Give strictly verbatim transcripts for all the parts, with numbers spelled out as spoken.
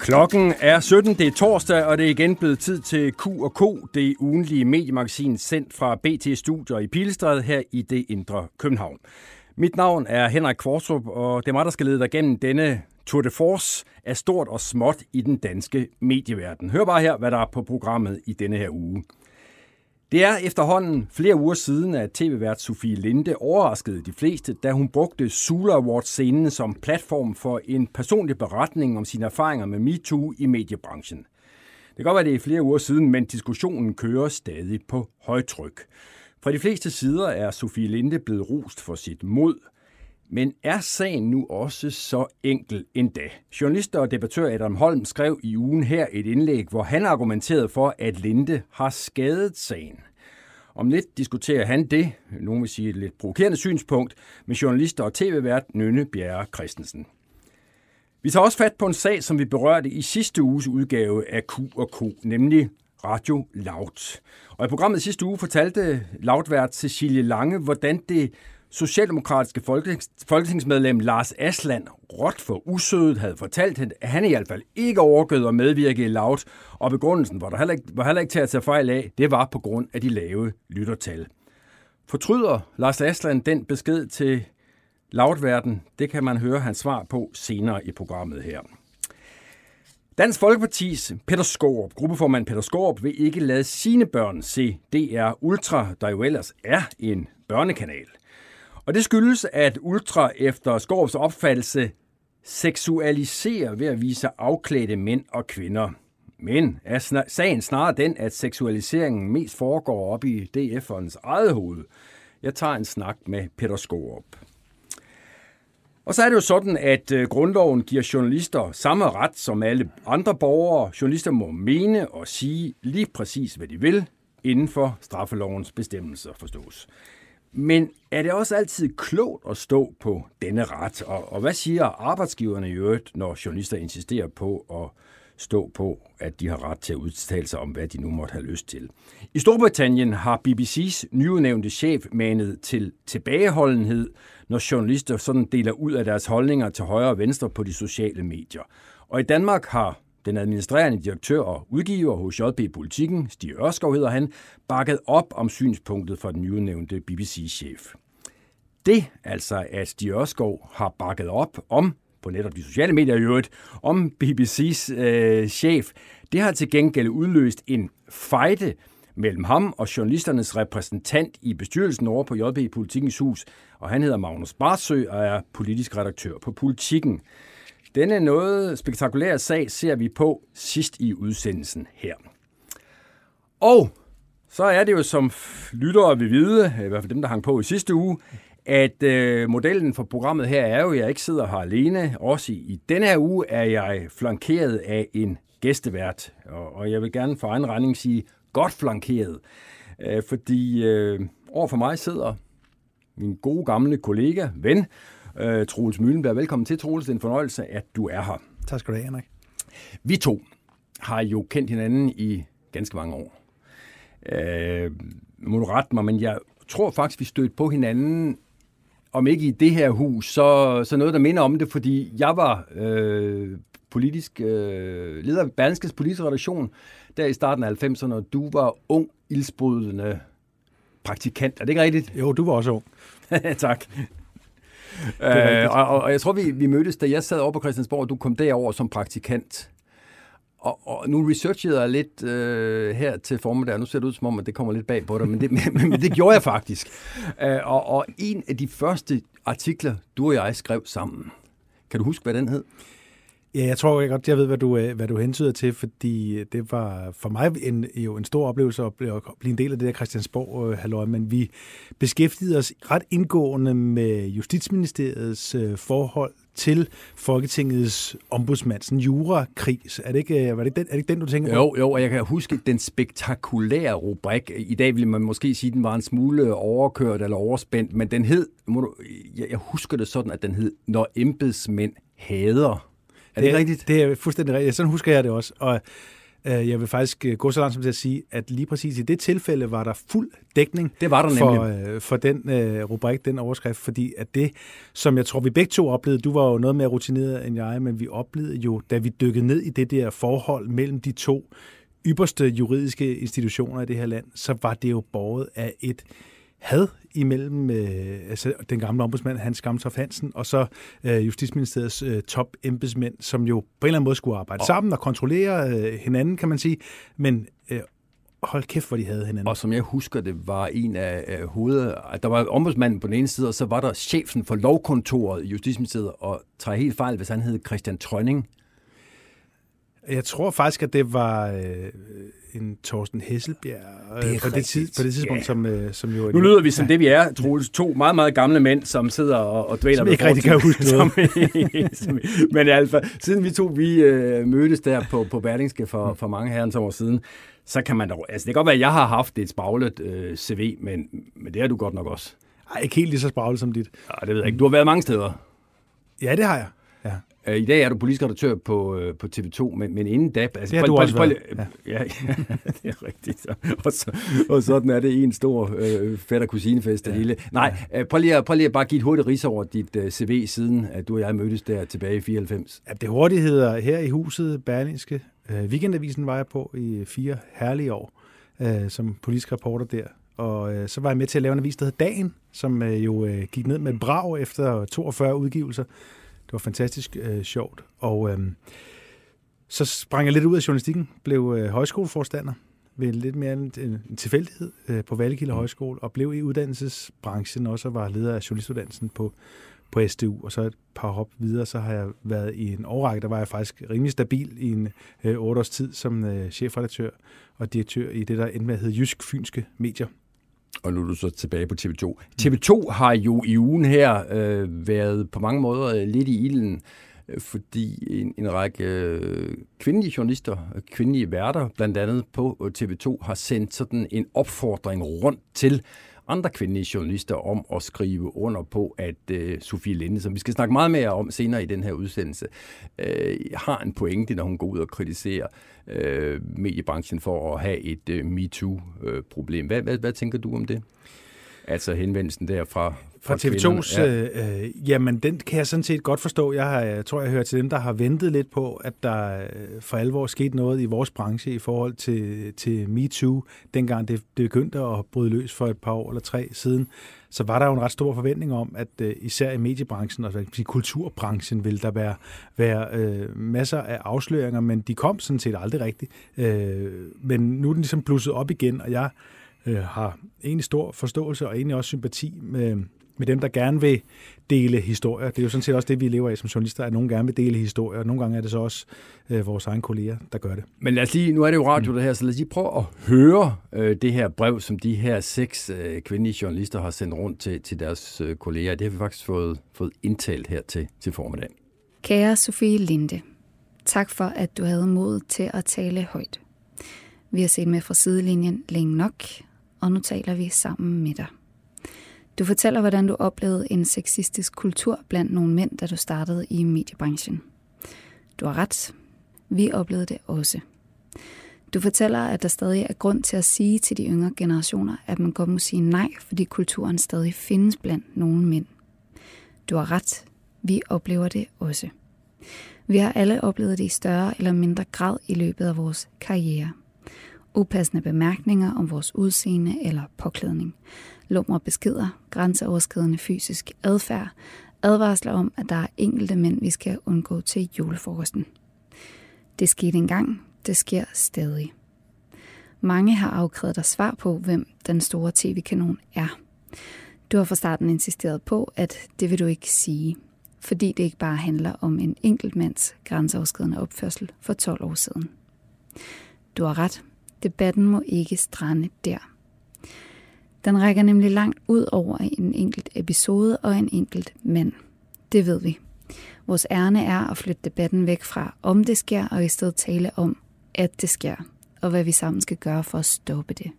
Klokken er sytten, det er torsdag, og det er igen blevet tid til Q og K, det ugentlige mediemagasin sendt fra B T Studier i Pilestræde her i det indre København. Mit navn er Henrik Kvartrup, og det er mig, der skal lede dig gennem denne tour de force af stort og småt i den danske medieverden. Hør bare her, hvad der er på programmet i denne her uge. Det er efterhånden flere uger siden, at tv-vært Sofie Linde overraskede de fleste, da hun brugte Zulu Awards-scenen som platform for en personlig beretning om sine erfaringer med MeToo i mediebranchen. Det kan godt være, det er flere uger siden, men diskussionen kører stadig på højtryk. Fra de fleste sider er Sofie Linde blevet rost for sit mod. Men er sagen nu også så enkel endda? Journalist og debattør Adam Holm skrev i ugen her et indlæg, hvor han argumenterede for, at Linde har skadet sagen. Om lidt diskuterer han det, nogen vil sige et lidt provokerende synspunkt, med journalist og tv-vært Nynne Bjerre Christensen. Vi tager også fat på en sag, som vi berørte i sidste uges udgave af Q og K, nemlig Radio Loud. Og i programmet sidste uge fortalte Loud-vært Cecilie Lange, hvordan det socialdemokratiske folketingsmedlem Lars Aslan råt for usødet havde fortalt, at han i hvert fald ikke overgød at medvirke i Loud, og begrundelsen, hvor der heller ikke, var heller ikke til at tage fejl af, det var på grund af de lave lyttertal. Fortryder Lars Aslan den besked til Loud-verden? Det kan man høre hans svar på senere i programmet her. Dansk Folkepartis Peter Skaarup, gruppeformand Peter Skaarup, vil ikke lade sine børn se D R Ultra, der jo ellers er en børnekanal. Og det skyldes, at Ultra efter Skaarups opfattelse seksualiserer ved at vise afklædte mænd og kvinder. Men er sagen snarere den, at seksualiseringen mest foregår op i D F'ernes eget hoved? Jeg tager en snak med Peter Skaarup. Og så er det jo sådan, at grundloven giver journalister samme ret som alle andre borgere. Journalister må mene og sige lige præcis, hvad de vil, inden for straffelovens bestemmelser forstås. Men er det også altid klogt at stå på denne ret? Og, og hvad siger arbejdsgiverne i øvrigt, når journalister insisterer på at stå på, at de har ret til at udtale sig om, hvad de nu måtte have lyst til? I Storbritannien har B B C's nyudnævnte chef manet til tilbageholdenhed, når journalister sådan deler ud af deres holdninger til højre og venstre på de sociale medier. Og i Danmark har den administrerende direktør og udgiver hos J P Politikken, Stig Ørskov hedder han, bakket op om synspunktet fra den nyudnævnte B B C-chef. Det altså, at Stig Ørskov har bakket op om, på netop de sociale medier i øvrigt, om B B C's øh, chef, det har til gengæld udløst en fejde mellem ham og journalisternes repræsentant i bestyrelsen over på J P Politikens hus, og han hedder Magnus Barsø og er politisk redaktør på Politikken. Denne noget spektakulære sag ser vi på sidst i udsendelsen her. Og så er det jo, som lyttere vil vide, i hvert fald dem, der hang på i sidste uge, at øh, modellen for programmet her er jo, at jeg ikke sidder her alene. Også i, i denne her uge er jeg flankeret af en gæstevært, og, og jeg vil gerne for egen regning sige godt flankeret, øh, fordi øh, overfor mig sidder min gode gamle kollega, ven, øh, Troels Møllenberg. Velkommen til, Troels. Det er en fornøjelse, at du er her. Tak skal du have, Henrik. Vi to har jo kendt hinanden i ganske mange år. Øh, må du rette mig, men jeg tror faktisk, vi stødte på hinanden, om ikke i det her hus, så, så noget, der minder om det, fordi jeg var øh, politisk øh, leder af Berlingskes politiske redaktion der i starten af halvfemserne, og du var ung, ildsprudende praktikant. Er det ikke rigtigt? Jo, du var også ung. Tak. Øh, og, og jeg tror, vi, vi mødtes, da jeg sad over på Christiansborg, og du kom derover som praktikant. Og, og nu researchede jeg lidt øh, her til formiddag, og nu ser det ud som om, at det kommer lidt bag på dig, men det, men, men det gjorde jeg faktisk. Øh, og, og en af de første artikler, du og jeg skrev sammen, kan du huske, hvad den hed? Ja, jeg tror jeg godt, jeg ved, hvad du, hvad du hentyder til, fordi det var for mig en, jo en stor oplevelse at blive, at blive en del af det der Christiansborg-halløj, men vi beskæftigede os ret indgående med Justitsministeriets forhold til Folketingets ombudsmand, sådan en jurakris. Er det ikke, var det den, er det ikke den, du tænker på? Jo, jo, og jeg kan huske den spektakulære rubrik. I dag ville man måske sige, at den var en smule overkørt eller overspændt, men den hed, jeg husker det sådan, at den hed, når embedsmænd hader. Er det, det rigtigt? Det er fuldstændig rigtigt. Sådan husker jeg det også. Og Jeg vil faktisk gå så langt som til at sige, at lige præcis i det tilfælde var der fuld dækning det var der for, øh, for den øh, rubrik, den overskrift, fordi at det, som jeg tror, vi begge to oplevede, du var jo noget mere rutineret end jeg, men vi oplevede jo, da vi dykkede ned i det der forhold mellem de to ypperste juridiske institutioner i det her land, så var det jo båret af et had imellem øh, altså den gamle ombudsmand Hans Gammeltoft Hansen og så øh, Justitsministeriets øh, top embedsmænd, som jo på en eller anden måde skulle arbejde og sammen og kontrollere øh, hinanden, kan man sige, men øh, hold kæft, hvor de havde hinanden. Og som jeg husker, det var en af øh, hovedet, der var ombudsmanden på den ene side, og så var der chefen for lovkontoret i Justitsministeriet, og tager helt fejl, hvis han hed Christian Trønning. Jeg tror faktisk, at det var øh, en Torsten Hesselbjerg øh, på, det tid, på det tidspunkt, ja. som, øh, som jo... Nu lyder vi som ja. det, vi er, Troels. To meget, meget gamle mænd, som sidder og, og dvæler. Som ikke rigtig kan huske noget. Men i hvert fald, siden vi to vi, øh, mødtes der på, på Berlingske for, for mange herrens år siden, så kan man dog... Altså, det kan godt være, at jeg har haft et spraglet øh, C V, men, men det har du godt nok også. Ej, ikke helt lige så spraglet som dit. Ja, det ved jeg ikke. Du har været mange steder. Ja, det har jeg. Ja. I dag er du politisk redaktør på, på T V to, men, men inden da... Altså, det har du også været. Ja. Ja, ja, det er rigtigt. Og, så, og sådan er det en stor øh, fætter-kusinefest. Ja. Nej, prøv lige, prøv lige at bare give et hurtigt rids over dit uh, C V, siden at du og jeg mødtes der tilbage i fireoghalvfems. Ja, det hurtigt hedder her i huset Berlingske. Uh, Weekendavisen var jeg på i fire herlige år uh, som politisk reporter der. Og uh, så var jeg med til at lave en avis, der hed Dagen, som uh, jo uh, gik ned med et brag efter toogfyrre udgivelser. Det var fantastisk øh, sjovt. Og øh, så sprang jeg lidt ud af journalistikken, blev øh, højskoleforstander ved lidt mere en, en tilfældighed øh, på Vallekilde Højskole, og blev i uddannelsesbranchen også, og var leder af journalistuddannelsen på, på S D U. Og så et par hop videre, så har jeg været i en årrække, der var jeg faktisk rimelig stabil i en øh, otte års tid som øh, chefredaktør og direktør i det, der endte med at hedde Jysk Fynske Medier. Og nu er du så tilbage på T V to. T V to har jo i ugen her øh, været på mange måder lidt i ilden, øh, fordi en, en række øh, kvindelige journalister, kvindelige værter blandt andet på T V to, har sendt sådan en opfordring rundt til andre kvindelige journalister om at skrive under på, at øh, Sofie Linde, som vi skal snakke meget mere om senere i den her udsendelse, øh, har en pointe, når hun går ud og kritiserer øh, mediebranchen for at have et øh, MeToo-problem. Hvad, hvad, hvad tænker du om det? Altså henvendelsen der fra, fra, fra T V to's, ja. øh, jamen den kan jeg sådan set godt forstå. Jeg, har, jeg tror, jeg hører til dem, der har ventet lidt på, at der for alvor skete noget i vores branche i forhold til, til MeToo. Dengang det, det begyndte at bryde løs for et par år eller tre siden, så var der jo en ret stor forventning om, at uh, især i mediebranchen og altså, kulturbranchen ville der være, være uh, masser af afsløringer, men de kom sådan set aldrig rigtigt. Uh, men nu er den ligesom blusset op igen, og jeg har egentlig stor forståelse og egentlig også sympati med, med dem, der gerne vil dele historier. Det er jo sådan set også det, vi lever af som journalister, at nogen gerne vil dele historier, og nogle gange er det så også øh, vores egne kolleger, der gør det. Men lad os lige, nu er det jo radio, det her, så lad os lige prøve at høre øh, det her brev, som de her seks øh, kvindelige journalister har sendt rundt til, til deres øh, kolleger. Det har vi faktisk fået, fået indtalt her til, til formiddag. Kære Sofie Linde, tak for, at du havde mod til at tale højt. Vi har set med fra sidelinjen længe nok, og nu taler vi sammen med dig. Du fortæller, hvordan du oplevede en sexistisk kultur blandt nogle mænd, da du startede i mediebranchen. Du har ret. Vi oplevede det også. Du fortæller, at der stadig er grund til at sige til de yngre generationer, at man godt må sige nej, fordi kulturen stadig findes blandt nogle mænd. Du har ret. Vi oplever det også. Vi har alle oplevet det i større eller mindre grad i løbet af vores karriere. Upassende bemærkninger om vores udseende eller påklædning, lumre beskeder, grænseoverskridende fysisk adfærd, advarsler om, at der er enkelte mænd, vi skal undgå til julefrokosten. Det skete engang, det sker stadig. Mange har afkrævet dig svar på, hvem den store tv-kanon er. Du har fra starten insisteret på, at det vil du ikke sige, fordi det ikke bare handler om en enkelt mands grænseoverskridende opførsel for tolv år siden. Du har ret. Debatten må ikke strande der. Den rækker nemlig langt ud over en enkelt episode og en enkelt mand. Det ved vi. Vores ærne er at flytte debatten væk fra, om det sker, og i stedet tale om, at det sker, og hvad vi sammen skal gøre for at stoppe det.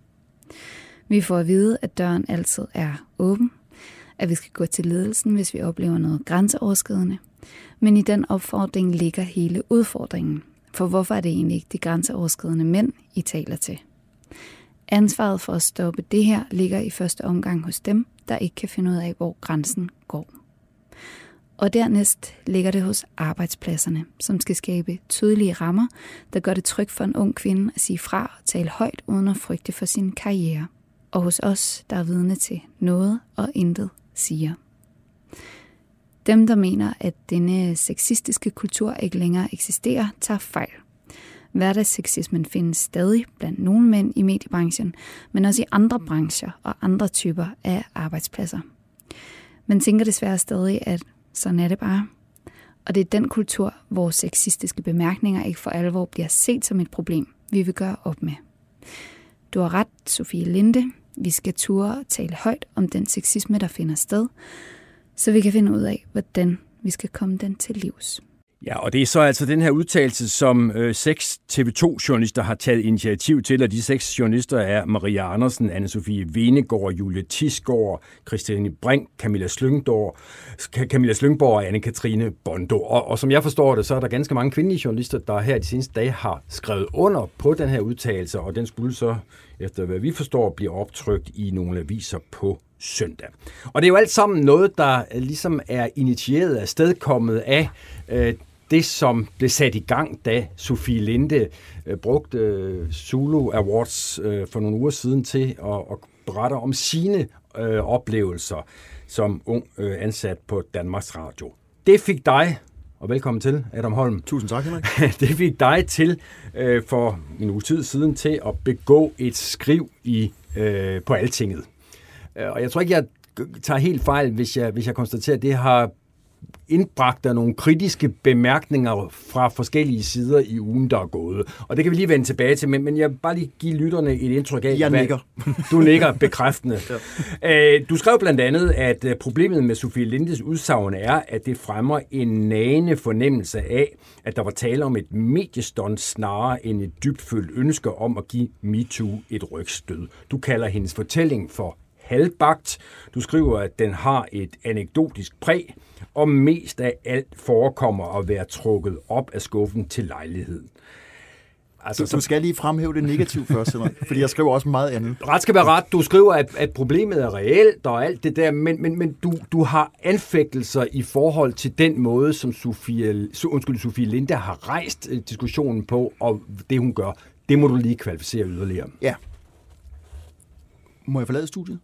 Vi får at vide, at døren altid er åben, at vi skal gå til ledelsen, hvis vi oplever noget grænseoverskridende, men i den opfordring ligger hele udfordringen, For hvorfor er det egentlig ikke de grænseoverskridende mænd, I taler til? Ansvaret for at stoppe det her ligger i første omgang hos dem, der ikke kan finde ud af, hvor grænsen går. Og dernæst ligger det hos arbejdspladserne, som skal skabe tydelige rammer, der gør det trygt for en ung kvinde at sige fra og tale højt uden at frygte for sin karriere. Og hos os, der er vidne til noget og intet siger. Dem, der mener, at denne sexistiske kultur ikke længere eksisterer, tager fejl. Hverdagsseksismen findes stadig blandt nogle mænd i mediebranchen, men også i andre brancher og andre typer af arbejdspladser. Man tænker desværre stadig, at sådan er det bare. Og det er den kultur, hvor sexistiske bemærkninger ikke for alvor bliver set som et problem, vi vil gøre op med. Du har ret, Sofie Linde. Vi skal ture og tale højt om den sexisme, der finder sted, så vi kan finde ud af, hvordan vi skal komme den til livs. Ja, og det er så altså den her udtalelse, som øh, seks T V to-journalister har taget initiativ til, og de seks journalister er Maria Andersen, Anne-Sophie Venegård, Julie Tisgaard, Christiane Brink, Camilla Slyngborg, Camilla Slyngborg og Anne-Katrine Bondo. Og, og som jeg forstår det, så er der ganske mange kvindelige journalister, der her de seneste dage har skrevet under på den her udtalelse, og den skulle så, efter hvad vi forstår, blive optrykt i nogle aviser på søndag. Og det er jo alt sammen noget, der ligesom er initieret af stedkommet af øh, det, som blev sat i gang, da Sofie Linde øh, brugte øh, Zulu Awards øh, for nogle uger siden til at, at berette om sine øh, oplevelser som ung øh, ansat på Danmarks Radio. Det fik dig, og velkommen til, Adam Holm. Tusind tak, Henrik. Det fik dig til øh, for en uge tid siden til at begå et skriv i, øh, på Altinget. Og jeg tror ikke, jeg tager helt fejl, hvis jeg, hvis jeg konstaterer, at det har indbragt der nogle kritiske bemærkninger fra forskellige sider i ugen, der er gået. Og det kan vi lige vende tilbage til, men, men jeg vil bare lige give lytterne et indtryk af... Jeg nikker. Du nikker bekræftende. Ja. Du skrev blandt andet, at problemet med Sofie Lindes udsagn er, at det fremmer en nagende fornemmelse af, at der var tale om et mediestunt snarere end et dybtfølt ønske om at give MeToo et rygstød. Du kalder hendes fortælling for halvbagt. Du skriver, at den har et anekdotisk præg, og mest af alt forekommer at være trukket op af skuffen til lejligheden. Altså, du, du skal lige fremhæve det negativt først, fordi jeg skriver også meget andet. Ret skal være ret. Du skriver, at, at problemet er reelt og alt det der, men, men, men du, du har anfægtelser i forhold til den måde, som Sofie, undskyld, Sofie Linde har rejst diskussionen på, og det hun gør. Det må du lige kvalificere yderligere. Ja. Må jeg forlade studiet?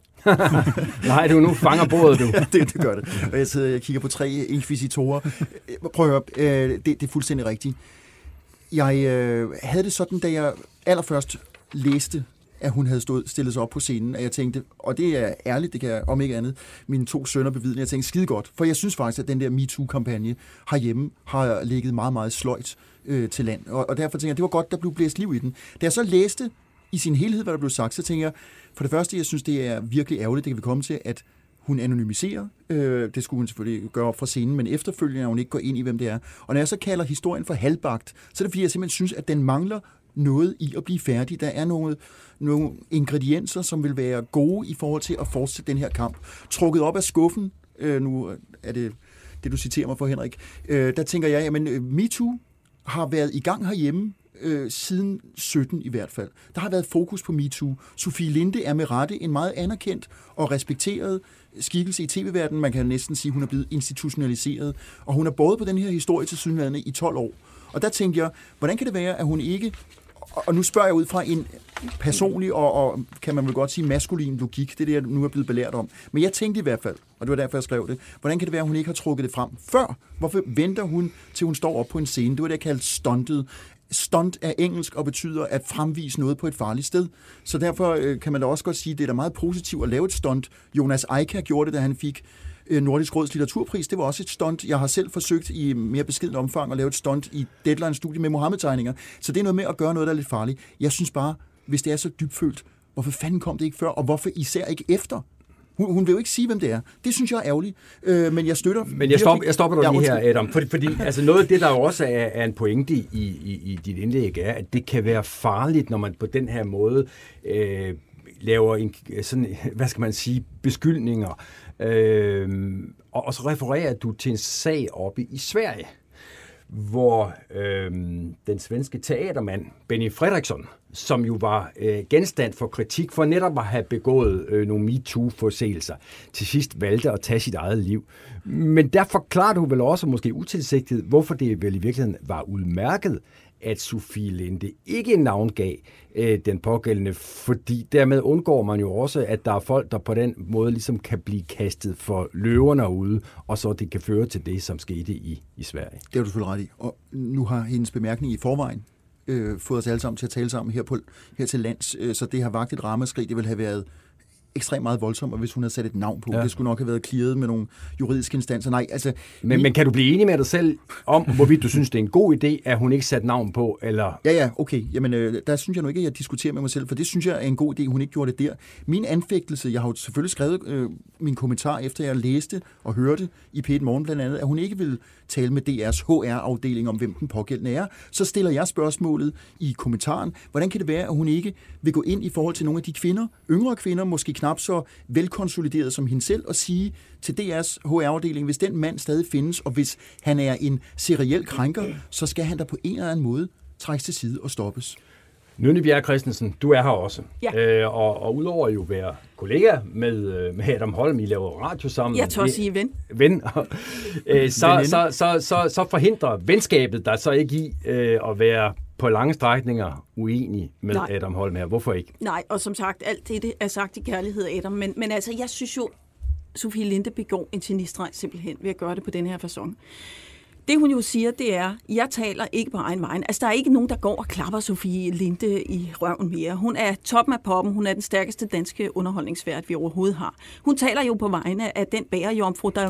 Nej, du nu fanger bordet, du. det, det gør det. Og jeg sidder jeg kigger på tre inkvisitorer. Prøv at høre, det, det er fuldstændig rigtigt. Jeg øh, havde det sådan, da jeg allerførst læste, at hun havde stået, stillet sig op på scenen, at jeg tænkte, og det er ærligt, det kan jeg om ikke andet, mine to sønner bevidne, jeg tænkte skide godt, for jeg synes faktisk, at den der MeToo-kampagne herhjemme har ligget meget, meget sløjt øh, til land. Og, og derfor tænker jeg, at det var godt, der blev blæst liv i den. Da jeg så læste i sin helhed, hvad der blev sagt, så tænker jeg, for det første, jeg synes, det er virkelig ærgerligt, det kan vi komme til, at hun anonymiserer. Øh, det skulle hun selvfølgelig gøre op fra scenen, men efterfølgende er hun ikke går ind i, hvem det er. Og når jeg så kalder historien for halvbagt, så er det fordi, jeg simpelthen synes, at den mangler noget i at blive færdig. Der er nogle, nogle ingredienser, som vil være gode i forhold til at fortsætte den her kamp. Trukket op af skuffen, øh, nu er det det, du citerer mig for, Henrik, øh, der tænker jeg, jamen MeToo har været i gang herhjemme, Øh, siden sytten i hvert fald. Der har været fokus på MeToo. Sofie Linde er med rette en meget anerkendt og respekteret skikkelse i tv-verdenen. Man kan næsten sige, at hun er blevet institutionaliseret. Og hun er båret på den her historie til sydenlandene i tolv år. Og der tænkte jeg, hvordan kan det være, at hun ikke... Og nu spørger jeg ud fra en personlig og, og kan man vel godt sige maskulin logik. Det er det, jeg nu er blevet belært om. Men jeg tænkte i hvert fald, og det var derfor, jeg skrev det, hvordan kan det være, at hun ikke har trukket det frem før? Hvorfor venter hun, til hun står op på en scene? Det var det, jeg kaldte stuntet. Stunt er engelsk og betyder at fremvise noget på et farligt sted. Så derfor øh, kan man da også godt sige, at det er da meget positivt at lave et stunt. Jonas Eika gjorde det, da han fik øh, Nordisk Råds litteraturpris. Det var også et stunt. Jeg har selv forsøgt i mere beskeden omfang at lave et stunt i Deadline-studie med Mohammed-tegninger. Så det er noget med at gøre noget, der er lidt farligt. Jeg synes bare, hvis det er så dybfølt, hvorfor fanden kom det ikke før, og hvorfor især ikke efter? Hun, hun vil jo ikke sige, hvem det er. Det synes jeg er ærgerligt, øh, men jeg støtter... Men jeg, stop, jeg stopper dig lige her, Adam, fordi, fordi altså noget af det, der jo også er, er en pointe i, i, i dit indlæg, er, at det kan være farligt, når man på den her måde øh, laver en, sådan, hvad skal man sige, beskyldninger, øh, og, og så refererer du til en sag oppe i Sverige, hvor øh, den svenske teatermand Benny Fredriksson, som jo var øh, genstand for kritik for netop at have begået øh, nogle MeToo-forseelser, til sidst valgte at tage sit eget liv. Men der forklarer du vel også, måske utilsigtet, hvorfor det vel i virkeligheden var udmærket, at Sofie Linde ikke navngav øh, den pågældende, fordi dermed undgår man jo også, at der er folk, der på den måde ligesom kan blive kastet for løverne ude, og så det kan føre til det, som skete i, i Sverige. Det har du selvfølgelig ret i. Og nu har hendes bemærkning i forvejen øh, fået os alle sammen til at tale sammen her, på, her til lands, øh, så det har vagt et ramaskrig. Det ville have været ekstremt meget voldsomt, hvis hun havde sat et navn på. Ja. Det skulle nok have været clearet med nogle juridiske instanser. Nej, altså... Men, vi... men kan du blive enig med dig selv om, hvorvidt du synes, det er en god idé, at hun ikke satte navn på, eller... Ja, ja, okay. Jamen, øh, der synes jeg nu ikke, at jeg diskuterer med mig selv, for det synes jeg er en god idé, hun ikke gjorde det der. Min anfægtelse, jeg har jo selvfølgelig skrevet øh, min kommentar, efter jeg læste og hørte i P et Morgen blandt andet, at hun ikke vil tale med D R's H R-afdeling om, hvem den pågældende er. Så stiller jeg spørgsmålet i kommentaren, hvordan kan det være, at hun ikke vil gå ind i forhold til nogle af de kvinder, yngre kvinder, måske knap så velkonsolideret som hende selv, og sige til D R's H R-afdeling, hvis den mand stadig findes, og hvis han er en seriel krænker, så skal han da på en eller anden måde trækkes til side og stoppes. Nynne Bjerre Christensen, du er her også. Ja. Øh, og, og udover jo at være kollega med, med Adam Holm, I laver radio sammen. Jeg tør sige ven. Ven. øh, så, så, så, så, så forhindrer venskabet dig så ikke i øh, at være på lange strækninger uenig med Nej. Adam Holm her. Hvorfor ikke? Nej, og som sagt, alt det, det er sagt i kærlighed, Adam. Men, men altså, jeg synes jo, Sofie Linde begår en genistreg simpelthen ved at gøre det på den her facon. Det hun jo siger, det er, jeg taler ikke på egen vejen. Altså, der er ikke nogen, der går og klapper Sofie Linde i røven mere. Hun er toppen af poppen. Hun er den stærkeste danske underholdningsvært, vi overhovedet har. Hun taler jo på vegne af den bagerjomfru, der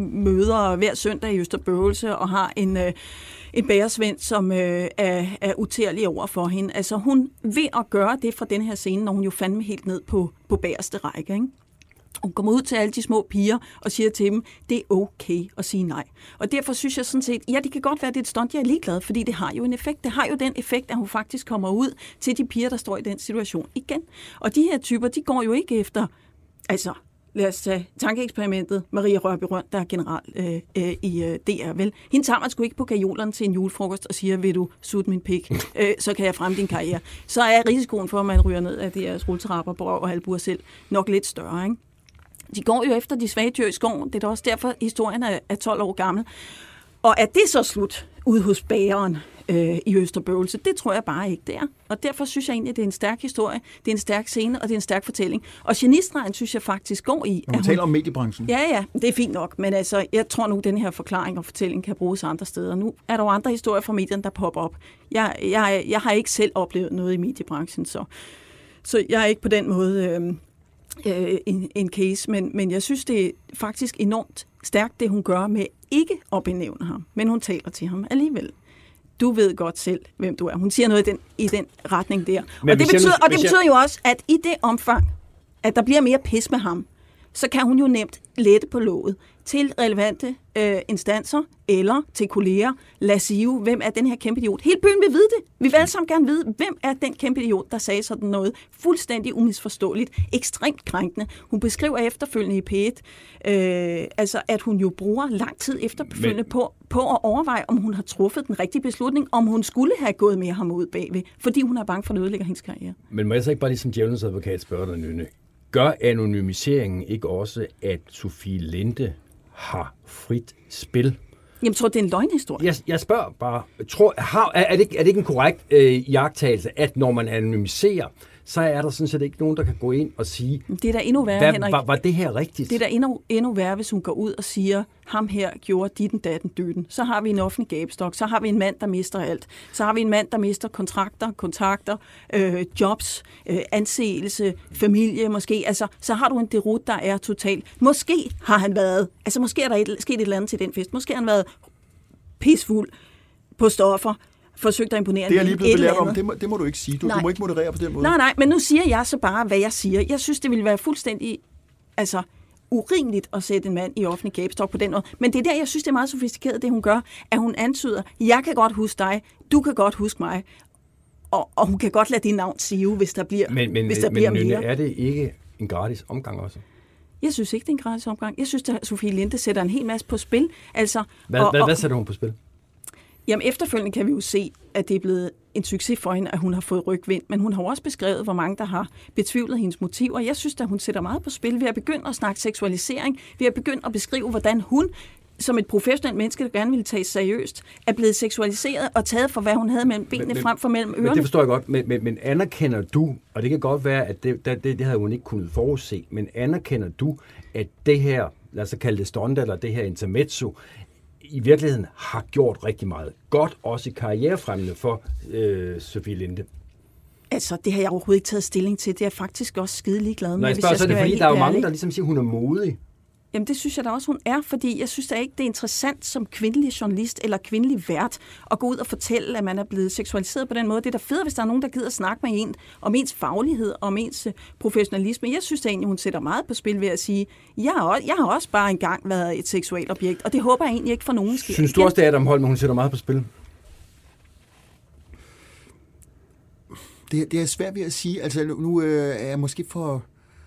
møder hver søndag i Østerbøvelse og har en, øh, en bagersvend, som øh, er, er utærlig over for hende. Altså, hun ved at gøre det fra den her scene, når hun jo fandme helt ned på, på bagerste række, ikke? Hun kommer ud til alle de små piger og siger til dem, det er okay at sige nej. Og derfor synes jeg sådan set, ja, det kan godt være, det er et stunt, jeg er ligeglad, fordi det har jo en effekt. Det har jo den effekt, at hun faktisk kommer ud til de piger, der står i den situation igen. Og de her typer, de går jo ikke efter, altså, lad os tage tankeeksperimentet, Maria Rørby Røn, der er general øh, øh, i øh, D R, vel. Hende tager man sgu ikke på kajolerne til en julefrokost og siger, vil du sutte min pik, øh, så kan jeg fremme din karriere. Så er risikoen for, at man ryger ned af det her rulletrapper, brød og halvbuer selv, nok lidt større, ikke? De går jo efter de svage dyr i skoven. Det er da også derfor, historien er tolv år gammel. Og er det så slut ude hos bageren øh, i Østerbøvelse? Det tror jeg bare ikke, det er. Og derfor synes jeg egentlig, at det er en stærk historie, det er en stærk scene, og det er en stærk fortælling. Og genistregen synes jeg faktisk går i... Når man taler hun... om mediebranchen. Ja, ja, det er fint nok. Men altså, jeg tror nu, at den her forklaring og fortælling kan bruges andre steder. Nu er der jo andre historier fra medierne, der popper op. Jeg, jeg, jeg har ikke selv oplevet noget i mediebranchen, så, så jeg er ikke på den måde... Øh, En, en case, men, men jeg synes, det er faktisk enormt stærkt, det hun gør med ikke at benævne ham, men hun taler til ham alligevel. Du ved godt selv, hvem du er. Hun siger noget i den, i den retning der. Men og det betyder, jeg, og det betyder jeg... jo også, at i det omfang, at der bliver mere pis med ham, så kan hun jo nemt lette på låget til relevante øh, instanser eller til kolleger. Lad os sige, hvem er den her kæmpe idiot? Hele byen vil vide det. Vi vil alle sammen gerne vide, hvem er den kæmpe idiot, der sagde sådan noget fuldstændig umisforståeligt, ekstremt krænkende. Hun beskriver efterfølgende i P et, øh, altså at hun jo bruger lang tid efterfølgende Men... på, på at overveje, om hun har truffet den rigtige beslutning, om hun skulle have gået med ham ud bagved, fordi hun er bange for at ødelægge hendes karriere. Men må jeg så ikke bare ligesom djævelens advokat spørge dig, Nynne? Gør anonymiseringen ikke også, at Sofie Linde har frit spil? Jamen, tror du, det er en løgnhistorie? Jeg, jeg spørger bare, tror, har, er, det, er det ikke en korrekt øh, iagttagelse, at når man anonymiserer, så er der sådan set ikke nogen, der kan gå ind og sige, det er da endnu værre, hvad, Henrik. Var, var det her rigtigt? Det er da endnu, endnu værre, hvis hun går ud og siger, ham her gjorde ditten, datten, døden. Så har vi en offentlig gabestok, så har vi en mand, der mister alt. Så har vi en mand, der mister kontrakter, kontakter, øh, jobs, øh, anseelse, familie måske. Altså, så har du en derut, der er total. Måske har han været, altså måske er der et, sket et eller andet til den fest. Måske har han været pisfuld på stoffer, forsøgt at imponere. Det er lige blevet belært om, det må, det må du ikke sige. Du, du må ikke moderere på den måde. Nej, nej, men nu siger jeg så bare, hvad jeg siger. Jeg synes, det ville være fuldstændig altså, urimeligt at sætte en mand i offentlig gabestok på den måde. Men det er der, jeg synes, det er meget sofistikeret, det hun gør, at hun antyder, jeg kan godt huske dig, du kan godt huske mig, og, og hun kan godt lade din navn sige, hvis der bliver, men, men, hvis der men, bliver men, mere. Er det ikke en gratis omgang også? Jeg synes ikke, det er en gratis omgang. Jeg synes, at Sofie Linde sætter en hel masse på spil. Altså, hvad, og, hvad, og, hvad sætter hun på spil? Jamen efterfølgende kan vi jo se, at det er blevet en succes for hende, at hun har fået rygvind, men hun har også beskrevet, hvor mange der har betvivlet hendes motiver. Jeg synes, at hun sætter meget på spil ved at begynde at snakke seksualisering, ved at begynde at beskrive, hvordan hun som et professionelt menneske, der gerne ville tages seriøst, er blevet seksualiseret og taget for, hvad hun havde mellem benene frem for mellem ørerne. Men det forstår jeg godt, men, men, men anerkender du, og det kan godt være, at det, det, det havde hun ikke kunnet forudse, men anerkender du, at det her, lad os kalde det stunt, eller det her intermezzo, i virkeligheden har gjort rigtig meget godt, også i karrierefremmende for øh, Sofie Linde? Altså, det har jeg overhovedet ikke taget stilling til. Det er jeg faktisk også skide ligeglad med. Når jeg spørger, så er det fordi, der er jo mange, der ligesom siger, hun er modig. Jamen, det synes jeg da også, hun er, fordi jeg synes da ikke, det er interessant som kvindelig journalist eller kvindelig vært at gå ud og fortælle, at man er blevet seksualiseret på den måde. Det er da fedt, hvis der er nogen, der gider at snakke med en om ens faglighed, om ens professionalisme. Jeg synes da egentlig, hun sætter meget på spil ved at sige, jeg har også, jeg har også bare engang været et seksuelt objekt, og det håber jeg egentlig ikke for nogen sker. Synes du også, det er Adam Holm, hun sætter meget på spil? Det, det er svært ved at sige. Altså, nu øh, er jeg måske for...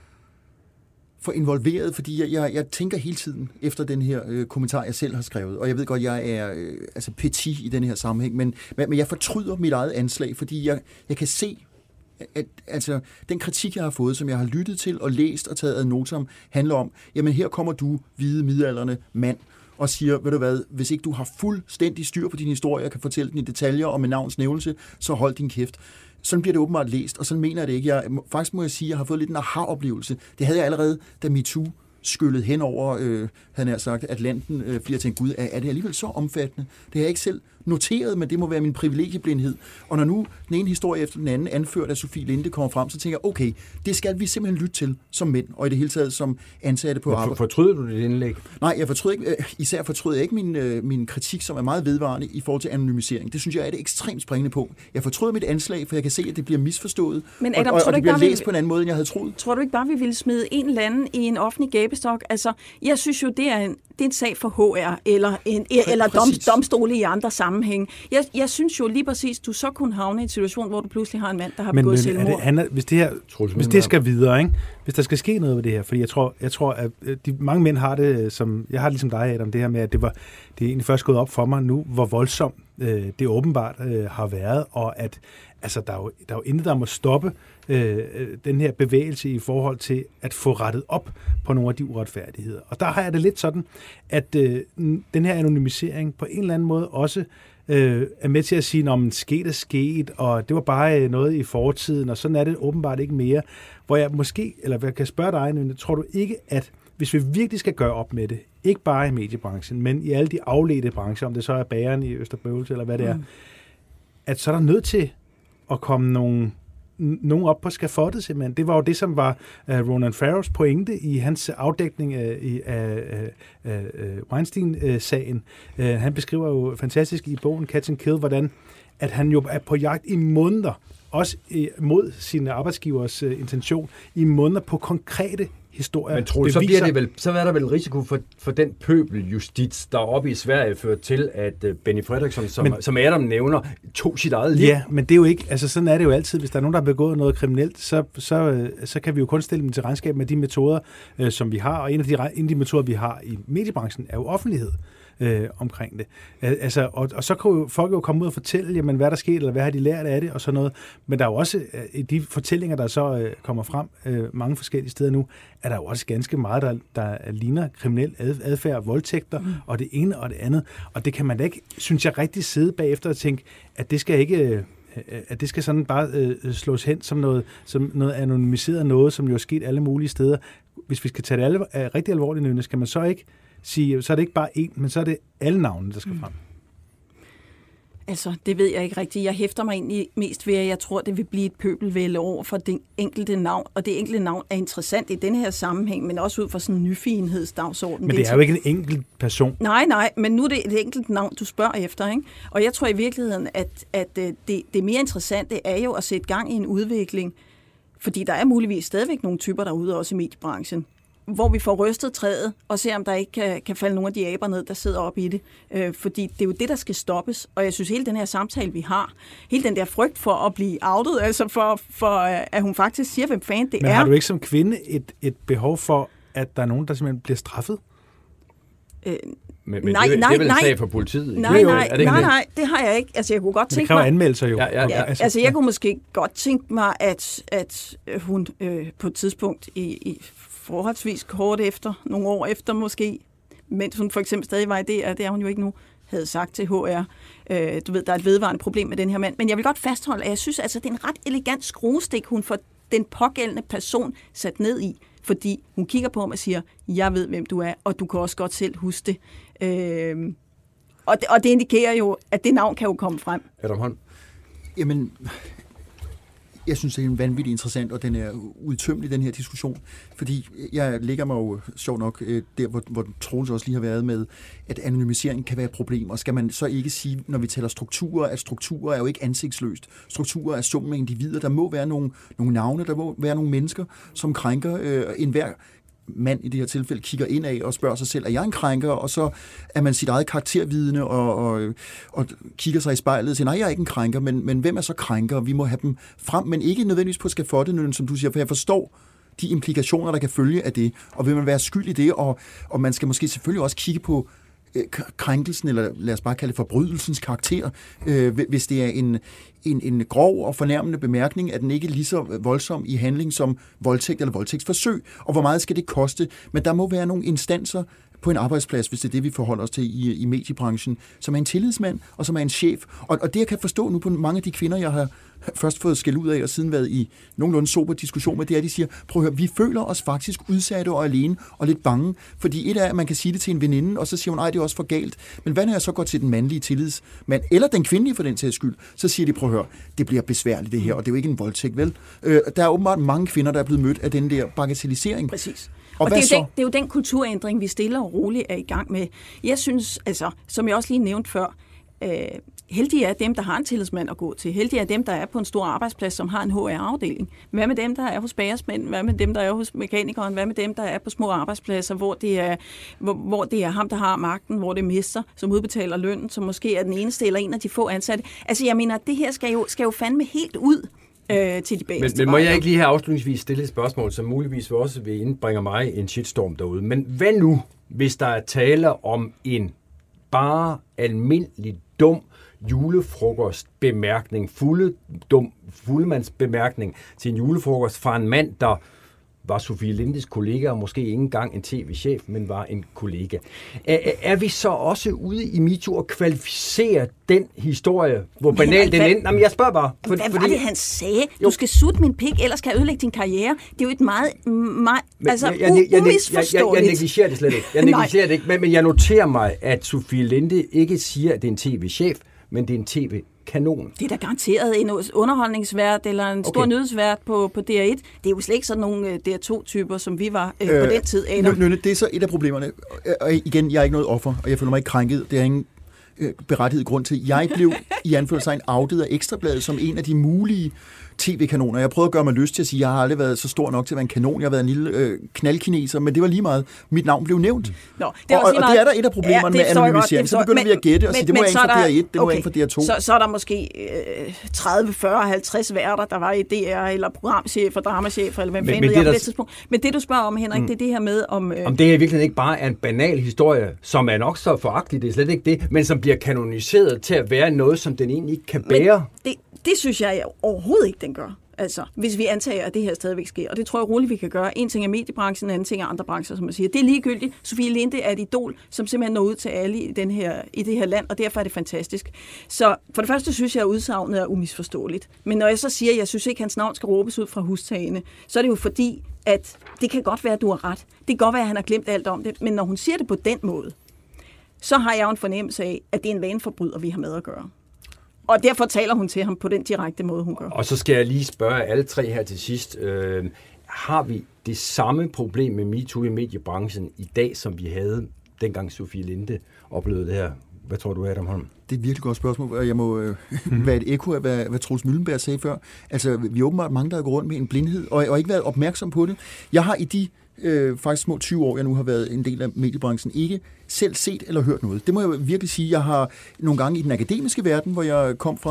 for involveret, fordi jeg, jeg, jeg tænker hele tiden efter den her øh, kommentar, jeg selv har skrevet, og jeg ved godt, jeg er øh, altså petit i den her sammenhæng, men, men jeg fortryder mit eget anslag, fordi jeg, jeg kan se, at altså, den kritik, jeg har fået, som jeg har lyttet til og læst og taget ad notam, handler om, jamen her kommer du, hvide, midaldrende mand, og siger, ved du hvad, hvis ikke du har fuldstændig styr på din historie, og kan fortælle den i detaljer og med navns nævnelse, så hold din kæft. Sådan bliver det åbenbart læst, og sådan mener jeg det ikke. Jeg, faktisk må jeg sige, at jeg har fået lidt en aha-oplevelse. Det havde jeg allerede, da MeToo skyllede hen over, øh, havde jeg sagt, Atlanten, øh, fordi jeg tænkte, gud, er, er det alligevel så omfattende? Det har jeg ikke selv noteret, men det må være min privilegieblindhed. Og når nu den ene historie efter den anden, anført af Sofie Linde, kommer frem, så tænker jeg, okay, det skal vi simpelthen lytte til som mænd, og i det hele taget som ansatte på arbejde. Fortryder du dit indlæg? Nej, jeg fortryder ikke, især fortryder jeg ikke min, min kritik, som er meget vedvarende i forhold til anonymisering. Det synes jeg er det ekstremt springende på. Jeg fortryder mit anslag, for jeg kan se, at det bliver misforstået, men Adam, og, og, og det bliver læst vi... på en anden måde, end jeg havde troet. Tror du ikke bare, vi ville smide en eller anden i en offentlig gabestok? Altså, jeg synes jo, det er en, det er en sag for H R, eller, en, eller dom, domstole i andre sammenhæng. Jeg, jeg synes jo lige præcis, du så kunne havne i en situation, hvor du pludselig har en mand, der har begået selvmord. Det, han er, hvis det her, hvis det skal videre, ikke? Hvis der skal ske noget ved det her, fordi jeg tror, jeg tror, at de mange mænd har det, som jeg har det ligesom dig, Adam, det her med, at det var, det er egentlig først gået op for mig nu, hvor voldsomt øh, det åbenbart øh, har været, og at altså, der er jo, der er jo intet, der må stoppe øh, den her bevægelse i forhold til at få rettet op på nogle af de uretfærdigheder. Og der har jeg det lidt sådan, at øh, den her anonymisering på en eller anden måde også øh, er med til at sige, om sket er sket, og det var bare noget i fortiden, og sådan er det åbenbart ikke mere. Hvor jeg måske, eller hvad kan spørge dig, tror du ikke, at hvis vi virkelig skal gøre op med det, ikke bare i mediebranchen, men i alle de afledte brancher, om det så er bageren i Østerbøvelse, eller hvad det er, mm. at så er der nødt til at komme nogle, nogen op på skafottet simpelthen. Det var jo det, som var uh, Ronan Farrows pointe i hans afdækning af, af, af, af Weinstein-sagen. Uh, han beskriver jo fantastisk i bogen Catch and Kill, hvordan at han jo er på jagt i måneder, også mod sine arbejdsgivers uh, intention, i måneder på konkrete historier. Men tror du, så, bliver det vel, så er der vel en risiko for, for den pøbeljustits, der oppe i Sverige fører til, at Benny Fredriksson, som, men, som Adam nævner, tog sit eget liv? Ja, men det er jo ikke, altså sådan er det jo altid. Hvis der er nogen, der har begået noget kriminelt, så, så, så kan vi jo kun stille dem til regnskab med de metoder, øh, som vi har. Og en af, de, en af de metoder, vi har i mediebranchen, er jo offentlighed øh, omkring det. Altså, og, og så kan jo folk jo komme ud og fortælle, jamen, hvad der skete, eller hvad har de lært af det, og sådan noget. Men der er jo også, i de fortællinger, der så øh, kommer frem øh, mange forskellige steder nu, er der jo også ganske meget, der, der ligner kriminel adfærd, voldtægter, mm. og det ene og det andet. Og det kan man da ikke, synes jeg, rigtig sidde bagefter og tænke, at det skal ikke, at det skal sådan bare øh, slås hen som noget, som noget anonymiseret noget, som jo er sket alle mulige steder. Hvis vi skal tage det alle, er rigtig alvorligt, skal man så ikke sige, så er det ikke bare én, men så er det alle navnene, der skal frem. Mm. Altså, det ved jeg ikke rigtigt. Jeg hæfter mig egentlig mest ved, at jeg tror, det vil blive et pøbelvælde over for det enkelte navn. Og det enkelte navn er interessant i denne her sammenhæng, men også ud fra sådan en nyfigenhedsdagsorden. Men det er jo ikke en enkelt person. Nej, nej, men nu er det et enkelt navn, du spørger efter, ikke? Og jeg tror i virkeligheden, at, at det, det mere interessante er jo at sætte gang i en udvikling, fordi der er muligvis stadigvæk nogle typer derude, også i mediebranchen, hvor vi får rystet træet og ser, om der ikke kan, kan falde nogle af de aber ned, der sidder oppe i det. Øh, fordi det er jo det, der skal stoppes. Og jeg synes, hele den her samtale, vi har, hele den der frygt for at blive outet, altså for, for at hun faktisk siger, hvem fanden det Men er. Men har du ikke som kvinde et, et behov for, at der er nogen, der simpelthen bliver straffet? Øh, Men, men nej, det, nej, det er vel en nej. sag for politiet? Nej, jo, nej, er det nej, det? nej, det har jeg ikke. Altså, jeg kunne godt Det tænke kræver mig... anmeldelser jo. Ja, ja, Ja, altså, altså, jeg kunne måske godt tænke mig, at, at hun øh, på et tidspunkt i, i forholdsvis kort efter, nogle år efter måske, mens hun for eksempel stadig var i D R, det er hun jo ikke nu, havde sagt til H R, øh, du ved, der er et vedvarende problem med den her mand. Men jeg vil godt fastholde, at jeg synes, altså, det er en ret elegant skruestik, hun får den pågældende person sat ned i, fordi hun kigger på ham og siger, jeg ved, hvem du er, og du kan også godt selv huske det. Øh, og, det og det indikerer jo, at det navn kan jo komme frem. Adam Holm? Jamen, jeg synes, det er en vanvittig interessant, og den er udtømmelig, den her diskussion. Fordi jeg ligger mig jo, sjov nok, der, hvor, hvor Troels også lige har været med, at anonymisering kan være et problem. Og skal man så ikke sige, når vi taler strukturer, at strukturer er jo ikke ansigtsløst. Strukturer er summen af individer. Der må være nogle, nogle navne, der må være nogle mennesker, som krænker øh, enhver mand i det her tilfælde kigger indad og spørger sig selv, er jeg en krænker? Og så er man sit eget karaktervidne og, og, og kigger sig i spejlet og siger, nej, jeg er ikke en krænker, men, men hvem er så krænker? Vi må have dem frem, men ikke nødvendigvis på skafottenøden, som du siger, for jeg forstår de implikationer, der kan følge af det, og vil man være skyld i det, og, og man skal måske selvfølgelig også kigge på krænkelsen, eller lad os bare kalde det forbrydelsens karakter, øh, hvis det er en, en, en grov og fornærmende bemærkning, at den ikke er lige så voldsom i handling som voldtægt eller voldtægtsforsøg, og hvor meget skal det koste? Men der må være nogle instanser på en arbejdsplads, hvis det er det, vi forholder os til i, i mediebranchen, som er en tillidsmand, og som er en chef. Og, og det, jeg kan forstå nu på mange af de kvinder, jeg har først fået skæld ud af, og siden været i nogenlunde sober diskussion med, det er, at de siger, prøv at høre, vi føler os faktisk udsatte og alene, og lidt bange, fordi et er, at man kan sige det til en veninde, og så siger hun, nej, det er også for galt. Men hvad når jeg så går til den mandlige tillidsmand, eller den kvindelige for den sags skyld, så siger de, prøv at høre, det bliver besværligt det her, og det er jo ikke en voldtægt, vel? Øh, der er åbenbart mange kvinder, der er blevet mødt af den der bagatellisering. Præcis. Og, og hvad det, er så? den, det er jo den kulturændring, vi stille og roligt er i gang med. Jeg synes, altså, som jeg også lige nævnte før, øh, heldige er dem, der har en tillidsmand at gå til. Heldige er dem, der er på en stor arbejdsplads, som har en H R-afdeling. Hvad med dem, der er hos bagersmænd? Hvad med dem, der er hos mekanikeren? Hvad med dem, der er på små arbejdspladser, hvor det er, hvor, hvor det er ham, der har magten, hvor det er mester, som udbetaler lønnen, som måske er den eneste eller en af de få ansatte? Altså, jeg mener, det her skal jo, skal jo fandme helt ud øh, til de bagerste. Men, men må jeg ikke lige her afslutningsvis stille et spørgsmål, som muligvis også vil indbringe mig en shitstorm derude. Men hvad nu, hvis der er tale om en bare almindelig dum julefrokostbemærkning, fulde dum fuldmandsbemærkning til en julefrokost fra en mand, der var Sofie Lindes kollega, og måske ikke engang en tv-chef, men var en kollega. Er, er vi så også ude i MeToo og kvalificere den historie, hvor banalt den endte? Jamen, jeg spørger bare. For, hvad fordi, var det, han sagde? Du skal sutte min pik, ellers kan jeg ødelægge din karriere. Det er jo et meget, meget altså, jeg, jeg, jeg, umisforståeligt. Jeg, jeg, jeg negligerer det slet ikke. Jeg negligerer det ikke, men, men jeg noterer mig, at Sofie Linde ikke siger, at det er en tv-chef, men det er en tv-kanon. Det er da garanteret en underholdningsvært eller en stor okay. nyhedsvært på, på D R et. Det er jo slet ikke sådan nogle D R to-typer, som vi var øh, øh, på den tid. Nynne, det er så et af problemerne. Og igen, jeg er ikke noget offer, og jeg føler mig ikke krænket. Det er ingen øh, berettiget grund til. Jeg blev i anførselstegn outet af Ekstrabladet som en af de mulige tv-kanoner. Jeg prøvede at gøre mig lyst til at sige, at jeg har aldrig været så stor nok til at være en kanon. Jeg har været en lille øh, knaldkineser, men det var lige meget. Mit navn blev nævnt. Nå, det og, og, og det er der et af problemerne ja, med anonymisering. Så begynder men, vi at gætte og sige, det må være en fra D R et, det må være en fra D R to. Så, så er der måske øh, tredive, fyrre, halvtreds værter, der var i D R, eller programchefer, dramachefer, eller hvem fanden jeg på det tidspunkt. Men det, du spørger om, Henrik, mm. det er det her med, om... Øh, om det er virkelig ikke bare er en banal historie, som er nok så foragtelig, det er slet ikke det, men som bliver kanoniseret til at være noget, som den egentlig ikke kan bære. Det, det synes jeg overhovedet ikke, den gør. Altså, hvis vi antager, at det her stadigvæk sker. Og det tror jeg roligt, vi kan gøre. En ting er mediebranchen, en anden ting er andre brancher, som man siger. Det er ligegyldigt. Sofie Linde er et idol, som simpelthen når ud til alle i, den her, i det her land, og derfor er det fantastisk. Så for det første synes jeg, at udsagnet er umisforståeligt. Men når jeg så siger, at jeg synes ikke, at hans navn skal råbes ud fra hustagene, så er det jo fordi, at det kan godt være, at du har ret. Det kan godt være, at han har glemt alt om det. Men når hun siger det på den måde, så har jeg jo en fornemmelse af, at det er en vaneforbryder, vi har med at gøre. Og derfor taler hun til ham på den direkte måde, hun gør. Og så skal jeg lige spørge alle tre her til sidst. Øh, har vi det samme problem med MeToo i mediebranchen i dag, som vi havde dengang Sofie Linde oplevede det her? Hvad tror du, Adam Holm? Det er et virkelig godt spørgsmål, og jeg må øh, være et ekko af, hvad, hvad Troels Møllenberg sagde før. Altså, vi er åbenbart mange, der går rundt med en blindhed, og, og ikke været opmærksom på det. Jeg har i de øh, faktisk små tyve år, jeg nu har været en del af mediebranchen, ikke selv set eller hørt noget. Det må jeg virkelig sige. Jeg har nogle gange i den akademiske verden, hvor jeg kom fra,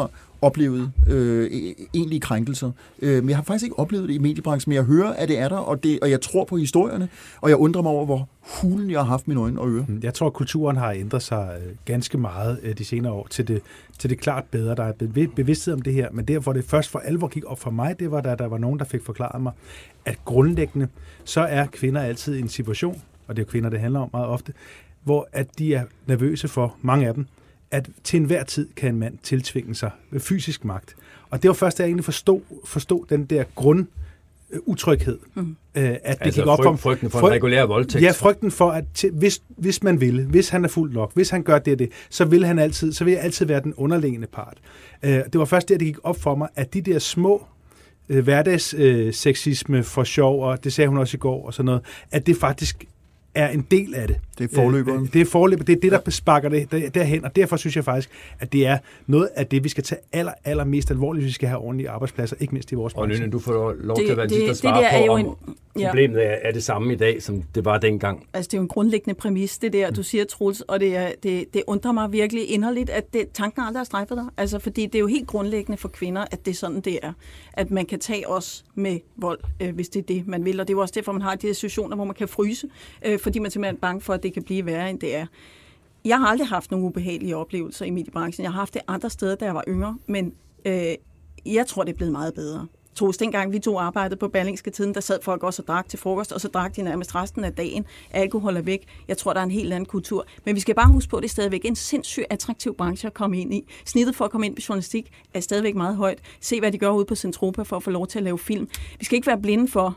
oplevet øh, egentlige krænkelser. Øh, men jeg har faktisk ikke oplevet det i mediebranchen, men jeg hører, at det er der, og, det, og jeg tror på historierne, og jeg undrer mig over, hvor hulen jeg har haft mine øjne og ører. Jeg tror, at kulturen har ændret sig ganske meget de senere år til det, til det klart bedre. Der er bevidsthed om det her, men derfor det først for alvor gik op for mig, det var, da der var nogen, der fik forklaret mig, at grundlæggende, så er kvinder altid i en situation, og det er jo kvinder, det handler om meget ofte, hvor at de er nervøse for, mange af dem, at til enhver tid kan en mand tiltvinge sig fysisk magt. Og det var først, da jeg egentlig forstod, forstod den der grund utryghed. Mm. At det altså gik op frygt, for, frygten for frygt, en regulær voldtægt. Ja, frygten for, at til, hvis, hvis man vil, hvis han er fuldt nok, hvis han gør det og det, så vil han altid, så vil jeg altid være den underliggende part. Uh, det var først der, det gik op for mig, at de der små uh, hverdagssexisme uh, for sjov, og det sagde hun også i går, og sådan noget, at det faktisk er en del af det. Det er forløberen. Det er forløberen. Det er det, der sparker det derhen, og derfor synes jeg faktisk, at det er noget af det, vi skal tage aller, aller mest alvorligt, hvis vi skal have ordentlige arbejdspladser, ikke mindst i vores branche. Og Nynne, du får lov det, til at være det, det, svare det på, om en, ja. problemet er, er det samme i dag, som det var dengang. Altså, det er jo en grundlæggende præmis, det der, du siger, Troels, og det, er, det, det undrer mig virkelig inderligt, at det, tanken aldrig har strejfet dig. Altså, fordi det er jo helt grundlæggende for kvinder, at det er sådan, det er. At man kan tage os med vold, øh, hvis det er det, man vil. Og det er jo også derfor, man har de her situationer, hvor man kan fryse, øh, fordi man simpelthen er bange for, at det kan blive værre, end det er. Jeg har aldrig haft nogle ubehagelige oplevelser i mediebranchen. Jeg har haft det andre steder, da jeg var yngre, men øh, jeg tror, det er blevet meget bedre. Troels, dengang vi to arbejdede på Berlingske Tiden, der sad folk også og drak til frokost, og så drak de nærmest resten af dagen. Alkohol er væk. Jeg tror, der er en helt anden kultur. Men vi skal bare huske på, at det er stadigvæk en sindssygt attraktiv branche at komme ind i. Snittet for at komme ind på journalistik er stadigvæk meget højt. Se, hvad de gør ude på Centropa for at få lov til at lave film. Vi skal ikke være blinde for,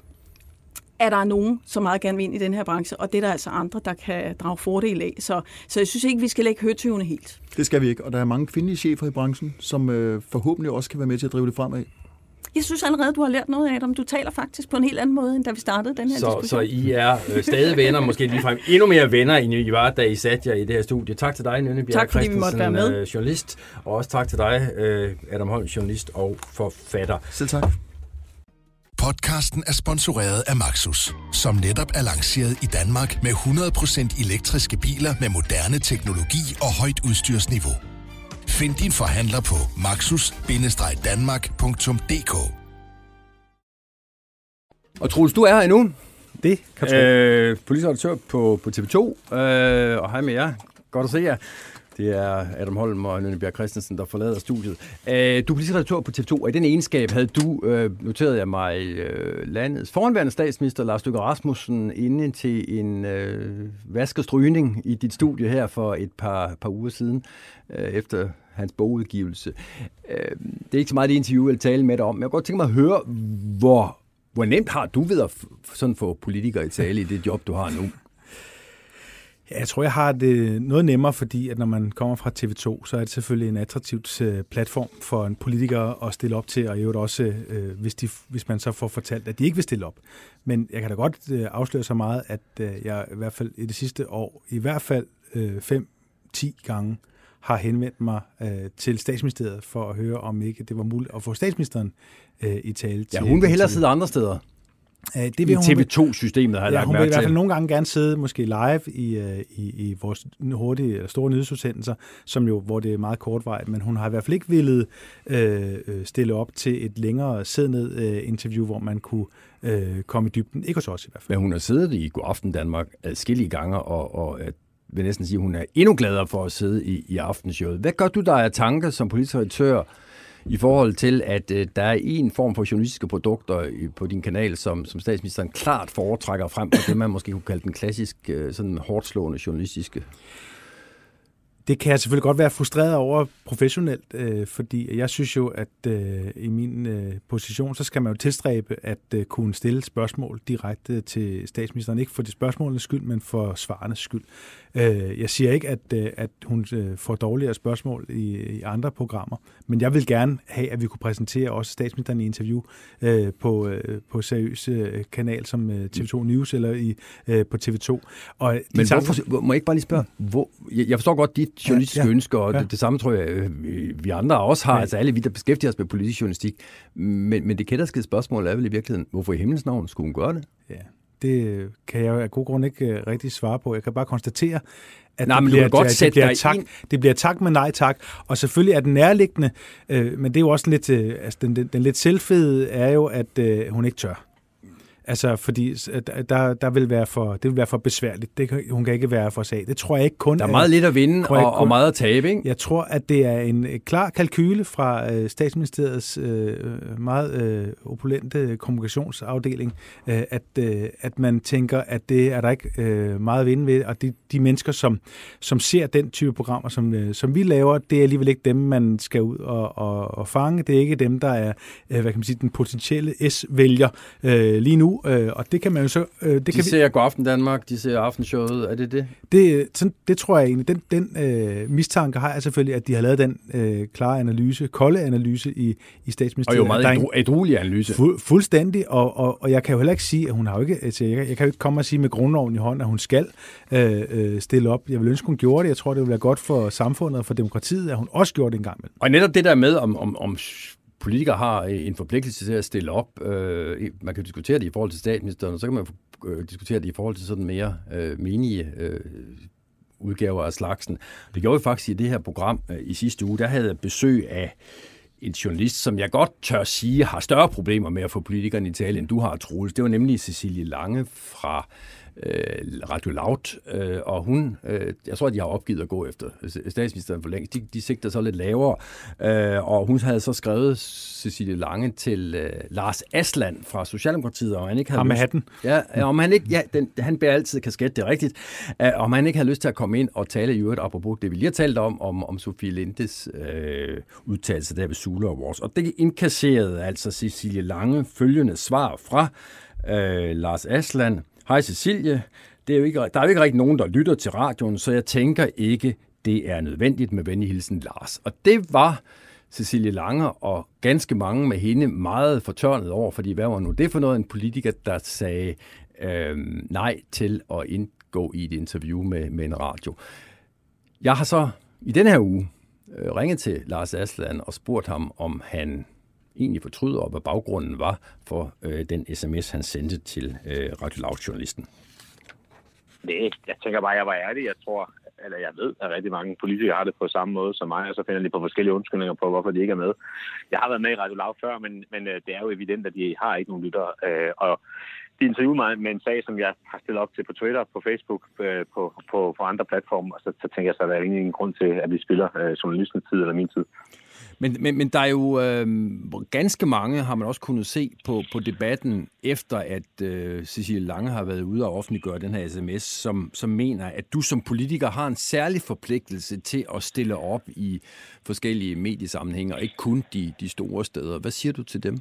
at der er nogen, som meget gerne vil ind i den her branche, og det er der altså andre, der kan drage fordel af. Så, så jeg synes ikke, vi skal lægge høtyvene helt. Det skal vi ikke, og der er mange kvindelige chefer i branchen, som øh, forhåbentlig også kan være med til at drive det fremad. Jeg synes allerede, du har lært noget af dem. Du taler faktisk på en helt anden måde, end da vi startede den her så, diskussion. Så I er øh, stadig venner, måske ligefrem endnu mere venner, end I var, da I satte jer i det her studie. Tak til dig, Nynne Bjerre Christensen, øh, journalist, og også tak til dig, øh, Adam Holm, journalist og forfatter. Selv tak. Podcasten er sponsoreret af Maxus, som netop er lanceret i Danmark med hundrede procent elektriske biler med moderne teknologi og højt udstyrsniveau. Find din forhandler på maxus bindestreg danmark punktum d k. Og Troels, du er her endnu. Det kan du øh, politisk redaktør på, på T V to, øh, og hej med jer. Godt at se jer. Det er Adam Holm og Nynne Bjerre Christensen, der forlader studiet. Øh, du er politisk redaktør på T V to, og i den egenskab havde du, øh, noteret jeg mig, øh, landets foranværende statsminister Lars Løkke Rasmussen inde til en øh, vask og strygning i dit studie her for et par, par uger siden, øh, efter hans bogudgivelse. Øh, det er ikke så meget det interview, jeg vil tale med dig om, men jeg kunne godt tænke mig at høre, hvor, hvor nemt har du ved at f- sådan få politikere i tale i det job, du har nu? Ja, jeg tror, jeg har det noget nemmere, fordi at når man kommer fra T V to, så er det selvfølgelig en attraktivt øh, platform for en politiker at stille op til, og i øvrigt også, øh, hvis, de, hvis man så får fortalt, at de ikke vil stille op. Men jeg kan da godt øh, afsløre så meget, at øh, jeg i hvert fald i det sidste år, i hvert fald øh, fem, ti gange, har henvendt mig øh, til statsministeriet for at høre, om ikke det var muligt at få statsministeren øh, i tale. Til, ja, hun vil hellere sidde andre steder. Det I T V to-systemet har jeg ja, lagt hun mærke vil i hvert fald til. nogle gange gerne sidde måske live i, i, i vores hurtige eller store nyhedsudsendelser, som jo, hvor det er meget kortvarigt, men hun har i hvert fald ikke villet øh, stille op til et længere sidde-ned-interview, hvor man kunne øh, komme i dybden. Ikke hos os i hvert fald. Men hun har siddet i God Aften Danmark adskillige gange, og, og jeg vil næsten sige, at hun er endnu gladere for at sidde i, i aftenshowet. Hvad gør du der af tanker som politisk redaktør i forhold til, at øh, der er en form for journalistiske produkter i, på din kanal, som, som statsministeren klart foretrækker frem for det, man måske kunne kalde den klassisk øh, sådan hårdt slående journalistiske? Det kan jeg selvfølgelig godt være frustreret over professionelt, øh, fordi jeg synes jo, at øh, i min øh, position, så skal man jo tilstræbe at øh, kunne stille spørgsmål direkte til statsministeren. Ikke for det spørgsmålenes skyld, men for svarenes skyld. Øh, jeg siger ikke, at, øh, at hun øh, får dårligere spørgsmål i, i andre programmer, men jeg vil gerne have, at vi kunne præsentere også statsministeren i interview øh, på, øh, på seriøs øh, kanal som øh, T V to News eller i, øh, på T V to. Og men hvorfor, må jeg ikke bare lige spørge, hvor, jeg, jeg forstår godt dit journalistiske ja, ja, ønsker, og ja. det, det samme tror jeg, vi andre også har, ja. Altså alle vi, der beskæftiger os med politisk journalistik, men, men det kætterskede spørgsmål er vel i virkeligheden, hvorfor i himlens navn skulle hun gøre det? Ja. det kan jeg af god grund ikke rigtig svare på. Jeg kan bare konstatere, at Nej, det, men bliver, godt det, det, bliver tak, ind. det bliver tak med nej tak. Og selvfølgelig er den nærliggende, øh, men det er jo også lidt, øh, altså den, den, den lidt selvfede er jo, at øh, hun ikke tør. Altså, fordi der, der vil være for, det vil være for besværligt. Det kan, hun kan ikke være for sag. Det tror jeg ikke kun. Der er meget lidt at vinde og, kun, og meget at tabe, ikke? Jeg tror, at det er en klar kalkyle fra øh, Statsministeriets øh, meget øh, opulente kommunikationsafdeling, øh, at, øh, at man tænker, at det er der ikke øh, meget at vinde ved. Og de, de mennesker, som, som ser den type programmer, som, øh, som vi laver, det er alligevel ikke dem, man skal ud og, og, og fange. Det er ikke dem, der er øh, hvad kan man sige, den potentielle S-vælger øh, lige nu. Øh, og det kan man jo så... Øh, det de kan ser vi... Godaften Danmark, de ser Aftenshowet, er det det? Det, sådan, det tror jeg egentlig. Den, den øh, mistanke har jeg selvfølgelig, at de har lavet den øh, klare analyse, kolde analyse i, i Statsministeriet. Og jo meget ædru- ædruelig analyse. Fu- fuldstændig, og, og, og jeg kan jo heller ikke sige, at hun har jo ikke... Altså, jeg, jeg kan jo ikke komme og sige med grundloven i hånden, at hun skal øh, øh, stille op. Jeg vil ønske, hun gjorde det. Jeg tror, det ville være godt for samfundet og for demokratiet, at hun også gjorde det en gang med. Og netop det der med, om... om, om politikere har en forpligtelse til at stille op. Øh, man kan diskutere det i forhold til statsministeren, og så kan man øh, diskutere det i forhold til sådan mere øh, menige øh, udgaver af slagsen. Det gjorde vi faktisk i det her program øh, i sidste uge. Der havde jeg besøg af en journalist, som jeg godt tør sige, har større problemer med at få politikerne i tale, end du har, Troels. Det var nemlig Cecilie Lange fra Radio Loud, øh, og hun, øh, jeg tror, at de har opgivet at gå efter statsministeren for længst. De, de sigter så lidt lavere, øh, og hun havde så skrevet Cecilie Lange til øh, Lars Aslan fra Socialdemokratiet, og han ikke havde ham med lyst, hatten. Ja, om han ikke, ja, den, han bærer altid kasket, det er rigtigt, øh, om han ikke havde lyst til at komme ind og tale i øvrigt, apropos det, vi lige har talt om, om, om Sofie Lindes øh, udtalelse der ved Zulu Awards, og det indkasserede altså Cecilie Lange følgende svar fra øh, Lars Aslan. Hej Cecilie, det er jo ikke, der er jo ikke rigtig nogen, der lytter til radioen, så jeg tænker ikke, det er nødvendigt med venlig hilsen Lars. Og det var Cecilie Lange og ganske mange med hende meget fortørnet over, fordi hvad var nu det for noget, en politiker, der sagde øh, nej til at indgå i et interview med, med en radio. Jeg har så i den her uge øh, ringet til Lars Aslan og spurgt ham, om han egentlig fortryder, og hvad baggrunden var for øh, den sms, han sendte til øh, Radio Loud-journalisten. Nej, jeg tænker bare, at jeg var ærlig. Jeg tror, eller jeg ved, at rigtig mange politikere har det på samme måde som mig, og så finder de på forskellige undskyldninger på, hvorfor de ikke er med. Jeg har været med i Radio Loud før, men, men det er jo evident, at de har ikke nogen lyttere. Øh, og de interviewede mig med en sag, som jeg har stillet op til på Twitter, på Facebook, øh, på, på, på andre platforme, og så, så tænker jeg så, at der er ingen grund til, at vi spiller øh, journalistens tid eller min tid. Men, men, men der er jo øh, ganske mange, har man også kunnet se på, på debatten, efter at øh, Cecilie Lange har været ude og offentliggøre den her sms, som, som mener, at du som politiker har en særlig forpligtelse til at stille op i forskellige mediesammenhænge, og ikke kun de, de store steder. Hvad siger du til dem?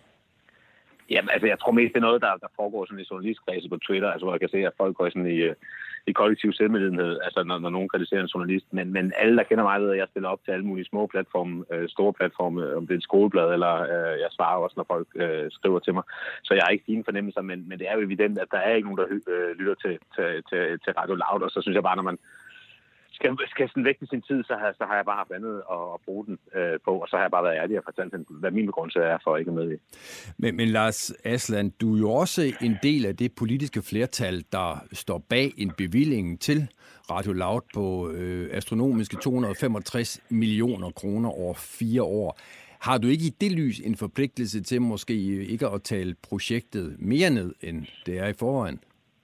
Jamen, altså, jeg tror mest, det er noget, der, der foregår sådan i journalistkredse på Twitter, altså hvor jeg kan se, at folk går sådan i, i kollektiv selvmedlidenhed, altså når, når nogen kritiserer en journalist. Men, men alle, der kender mig, ved, at jeg stiller op til alle mulige små platforme, øh, store platforme, om det er et skoleblad, eller øh, jeg svarer også, når folk øh, skriver til mig. Så jeg har ikke dine fornemmelser, men, men det er jo evident, at der er ikke nogen, der øh, lytter til, til, til, til Radio Loud, og så synes jeg bare, når man skal, skal sådan væk i sin tid, så har, så har jeg bare haft andet at, at bruge den øh, på, og så har jeg bare været ærlig og fortalt hende, hvad min begrundelse er for at ikke med i. Men, men Lars Aslan, du er jo også en del af det politiske flertal, der står bag en bevilling til Radio Loud på øh, astronomiske to hundrede og femogtres millioner kroner over fire år. Har du ikke i det lys en forpligtelse til måske ikke at tale projektet mere ned, end det er i forvejen?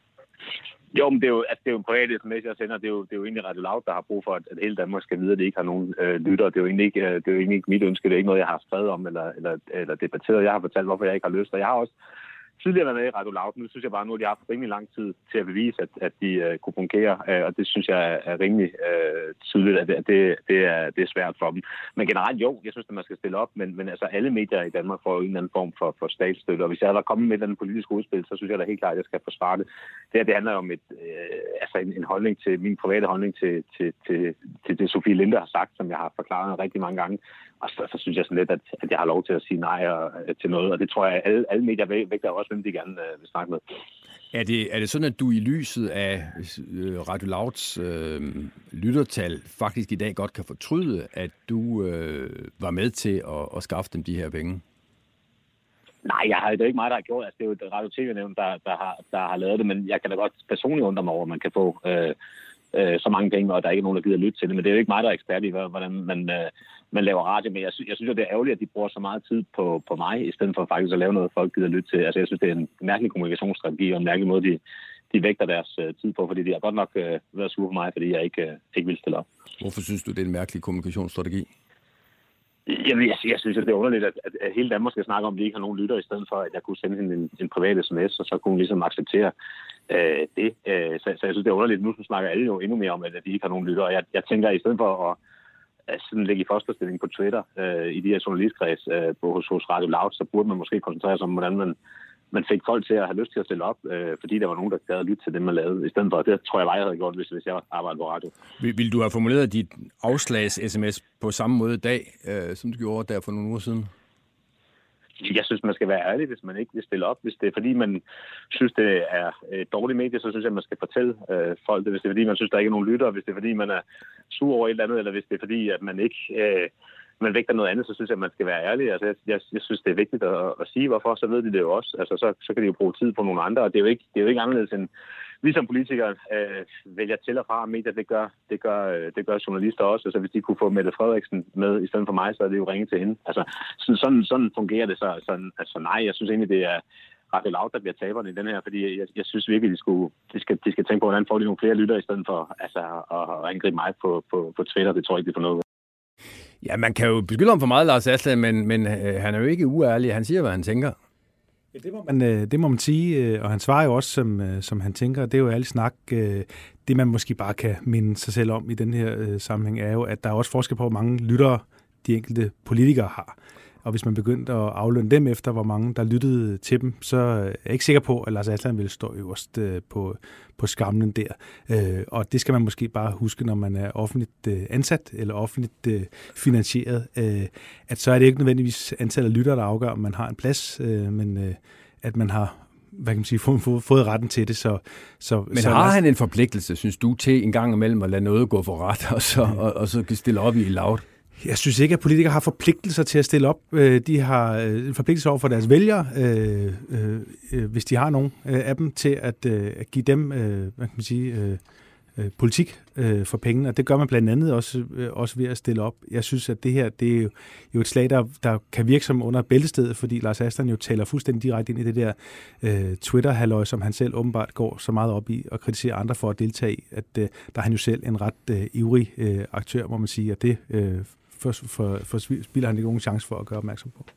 Jo, men det er jo, altså, det er jo en privat sms, jeg sender. Det er jo, det er jo egentlig Radio Loud, der har brug for, at, at hele Danmark skal vide, at det ikke har nogen øh, lytter. Det er, jo egentlig ikke, øh, det er jo egentlig ikke mit ønske. Det er ikke noget, jeg har skrevet om eller, eller, eller debatteret. Jeg har fortalt, hvorfor jeg ikke har lyst. Og jeg har også tidligere været med i Radio Loud. Nu synes jeg bare, nu at de har haft rimelig lang tid til at bevise, at, at de øh, kunne fungere. Øh, og det synes jeg er, er rimelig øh, tydeligt, at, det, at det, det, er, det er svært for dem. Men generelt jo, jeg synes, at man skal stille op. Men, men altså alle medier i Danmark får jo en eller anden form for, for statsstøtte. Og hvis jeg havde kommet med et eller andet politisk udspil, så synes jeg da helt klart, at jeg skal forsvare det. Det her, det handler om et, øh, altså en, en holdning til, min private holdning til, til, til, til det, Sofie Linde har sagt, som jeg har forklaret rigtig mange gange. Og så, så synes jeg sådan lidt, at, at jeg har lov til at sige nej og, til noget. Og det tror jeg, at alle, alle medier vægter også, hvem de gerne øh, vil snakke med. Er det, er det sådan, at du i lyset af Radio Louds øh, lyttertal faktisk i dag godt kan fortryde, at du øh, var med til at, at skaffe dem de her penge? Nej, jeg har, det er ikke mig, der har gjort. Altså, det er jo et Radio T V-nævn, der, der, har, der har lavet det, men jeg kan da godt personligt undre mig over, at man kan få øh, øh, så mange penge, og der er ikke nogen, der gider lytte til det. Men det er jo ikke mig, der er ekspert i, hvordan man, øh, man laver radio. Men jeg, jeg synes jo, det er ærgerligt, at de bruger så meget tid på, på mig, i stedet for faktisk at lave noget, folk gider lytte til. Altså, jeg synes, det er en mærkelig kommunikationsstrategi, og en mærkelig måde, de, de vægter deres øh, tid på, fordi de har godt nok øh, været sure på mig, fordi jeg ikke, øh, ikke vil stille op. Hvorfor synes du, det er en mærkelig kommunikationsstrategi? Jamen, jeg, jeg synes, at det er underligt, at, at, at hele Danmark skal snakke om, at de ikke har nogen lytter, i stedet for, at jeg kunne sende hende en, en privat sms, og så kunne hun ligesom acceptere øh, det. Øh, så, så jeg synes, det er underligt. Nu snakker alle jo endnu mere om, at de ikke har nogen lytter. Og jeg, jeg tænker, at i stedet for at, at sådan ligge i fosterstilling på Twitter, øh, i de her journalistkreds øh, på, hos, hos Radio Loud, så burde man måske koncentrere sig om, hvordan man, man fik folk til at have lyst til at stille op, øh, fordi der var nogen, der gad at lytte til det, man lavede. I stedet for, det tror jeg bare, jeg havde gjort, hvis, hvis jeg arbejdede på radio. Vil, vil du have formuleret dit afslags-sms på samme måde i dag, øh, som du gjorde der for nogle uger siden? Jeg synes, man skal være ærlig, hvis man ikke vil stille op. Hvis det er, fordi man synes, det er et dårligt medie, så synes jeg, man skal fortælle øh, folk det. Hvis det er, fordi man synes, der ikke er nogen lyttere, hvis det er, fordi man er sur over et eller andet, eller hvis det er, fordi at man ikke øh, man vægter noget andet, så synes jeg, man skal være ærlig. Altså, jeg, jeg, jeg synes, det er vigtigt at, at sige, hvorfor, så ved de det jo også. Altså, så, så kan de jo bruge tid på nogle andre, og det er jo ikke, det er jo ikke anderledes end vi som politikere øh, vælger til og fra medier, det gør, det, gør, det gør journalister også. Altså, hvis de kunne få Mette Frederiksen med i stedet for mig, så er det jo ringe til hende. Altså, sådan, sådan fungerer det så. Sådan, altså, nej, jeg synes egentlig, det er Radio Loud, der bliver taberne i den her, fordi jeg, jeg synes virkelig, de, skulle, de, skal, de skal tænke på, hvordan får de nogle flere lyttere, i stedet for altså, at, at angribe mig på, på, på Twitter. Det tror jeg ikke, det får noget. Ja, man kan jo beskylde ham for meget, Lars Aslan, men, men øh, han er jo ikke uærlig. Han siger, hvad han tænker. Ja, det må man, det må man sige, og han svarer jo også, som, som han tænker. Det er jo ærlig snak. Det, man måske bare kan minde sig selv om i den her sammenhæng, er jo, at der er også forskel på, hvor mange lyttere de enkelte politikere har. Og hvis man begyndte at aflønne dem efter, hvor mange der lyttede til dem, så er jeg ikke sikker på, at Lars Aslan ville stå øverst på, på skamlen der. Og det skal man måske bare huske, når man er offentligt ansat eller offentligt finansieret, at så er det ikke nødvendigvis antallet af lyttere, der afgør, om man har en plads, men at man har hvad kan man sige, fået, fået retten til det. Så, så, men så har Lars... han en forpligtelse, synes du, til en gang imellem at lade noget gå for ret, og så, og, og så stille op i Loud? Jeg synes ikke, at politikere har forpligtelser til at stille op. De har en forpligtelse over for deres vælgere, øh, øh, hvis de har nogen af dem, til at, øh, at give dem øh, hvad kan man sige, øh, politik øh, for pengene. Og det gør man blandt andet også, øh, også ved at stille op. Jeg synes, at det her det er jo et slag, der, der kan virke som under bæltestedet, fordi Lars Aslan jo taler fuldstændig direkte ind i det der øh, Twitter-halløj, som han selv åbenbart går så meget op i og kritiserer andre for at deltage i. At, øh, der er han jo selv en ret øh, ivrig øh, aktør, må man sige, og det øh, For, for, for spilder han ikke nogen chance for at gøre opmærksom på.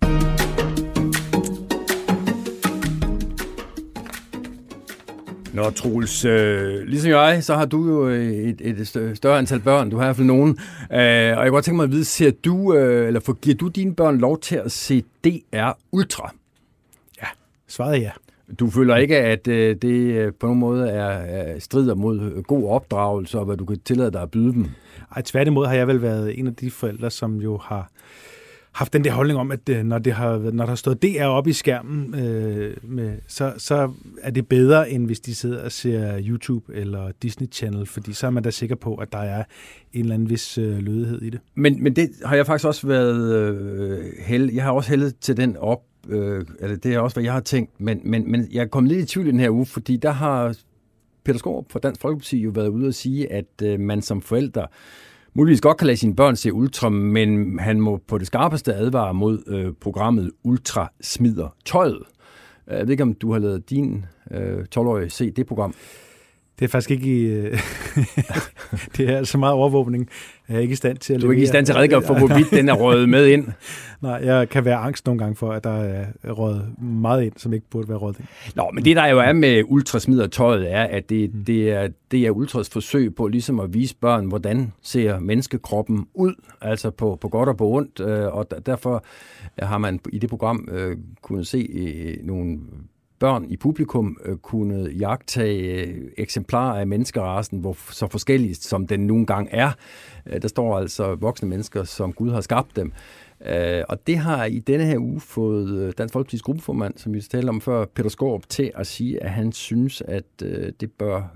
Nå, Troels, øh, ligesom jeg, så har du jo et, et større antal børn. Du har i hvert fald nogen. Øh, og jeg kunne godt tænke mig at vide, ser du, øh, eller for, giver du dine børn lov til at se D R Ultra? Ja, svaret er ja. Du føler ikke, at øh, det på nogen måde er, er strider mod god opdragelse, og hvad du kan tillade dig at byde dem? Ej, tværtimod har jeg vel været en af de forældre, som jo har haft den der holdning om, at når, det har, når der har stået D R op i skærmen, øh, med, så, så er det bedre, end hvis de sidder og ser YouTube eller Disney Channel, fordi så er man da sikker på, at der er en eller anden vis øh, lødighed i det. Men, men det har jeg faktisk også været øh, held. Jeg har også heldet til den op, øh, eller det er også, hvad jeg har tænkt, men, men, men jeg er kommet lidt i tvivl i den her uge, fordi der har Peter Skaarup fra Dansk Folkeparti jo været ude at sige, at øh, man som forældre muligvis godt kan lade sine børn se Ultra, men han må på det skarpeste advare mod øh, programmet Ultra smider tøjet. Jeg ved ikke, om du har lavet din øh, tolv-årige se det program. Det er faktisk ikke i... Øh, det er så meget overvågning. Jeg er ikke i stand til at... Du er ikke i stand til at redegøre for, hvorvidt den er røget med ind? Nej, jeg kan være angst nogle gange for, at der er røget meget ind, som ikke burde være røget ind. Nå, men det der jo er med Ultra smider tøjet, er, at det, mm. det, er, det er Ultras forsøg på ligesom at vise børn, hvordan ser menneskekroppen ud, altså på, på godt og på ondt, og derfor har man i det program øh, kunnet se øh, nogle børn i publikum øh, kunne jagtage øh, eksemplarer af menneskerasen, hvor så forskelligt som den nogle gange er. Øh, der står altså voksne mennesker, som Gud har skabt dem. Øh, og det har i denne her uge fået Dansk Folkepartis gruppeformand, som vi talte om før, Peter Skaarup, til at sige, at han synes, at øh, det bør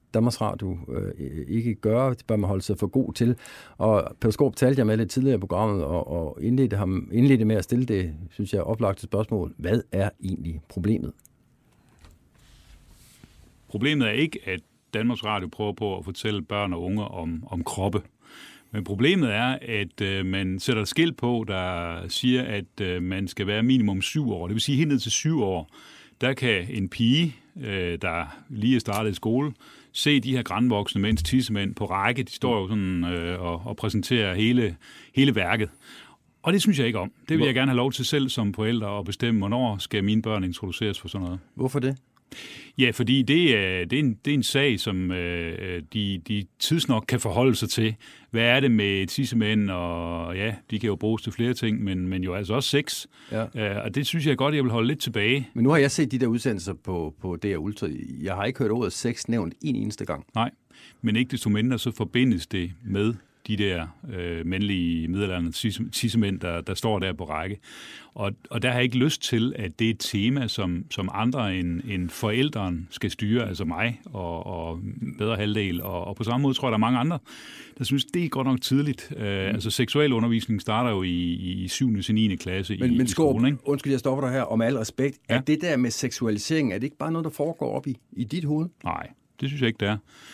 Danmarks Radio øh, ikke gøre. Det bør man holde sig for god til. Og Peter Skaarup talte jeg med lidt tidligere i programmet, og, og indledte, ham, indledte med at stille det, synes jeg, oplagte spørgsmål. Hvad er egentlig problemet? Problemet er ikke, at Danmarks Radio prøver på at fortælle børn og unge om, om kroppe. Men problemet er, at øh, man sætter et skilt på, der siger, at øh, man skal være minimum syv år. Det vil sige, helt ned til syv år, der kan en pige, øh, der lige er startet i skole, se de her grandvoksne mænds tissemænd på række. De står jo sådan øh, og, og præsenterer hele, hele værket. Og det synes jeg ikke om. Det vil jeg gerne have lov til selv som forældre at bestemme, hvornår skal mine børn introduceres for sådan noget. Hvorfor det? Ja, fordi det er, det er, en, det er en sag, som øh, de, de tidsnok kan forholde sig til. Hvad er det med tissemænd? Og ja, de kan jo bruges til flere ting, men, men jo altså også sex. Ja. Uh, og det synes jeg godt, jeg vil holde lidt tilbage. Men nu har jeg set de der udsendelser på, på D R Ultra. Jeg har ikke hørt ordet sex nævnt en eneste gang. Nej, men ikke desto mindre, så forbindes det med de der øh, mandlige middelalderne tissemænd, der, der står der på række. Og, og der har jeg ikke lyst til, at det er et tema, som, som andre end, end forældren skal styre, altså mig og, og bedre halvdel. Og, og på samme måde tror jeg, der er mange andre, der synes, det er godt nok tidligt. Øh, mm. Altså seksuel undervisning starter jo i, i syvende til niende klasse men, i, men i skolen. Men undskyld, jeg stopper dig her, og med al respekt. Ja. Er det der med seksualisering, er det ikke bare noget, der foregår op i, i dit hoved? Nej, det synes jeg ikke, det er.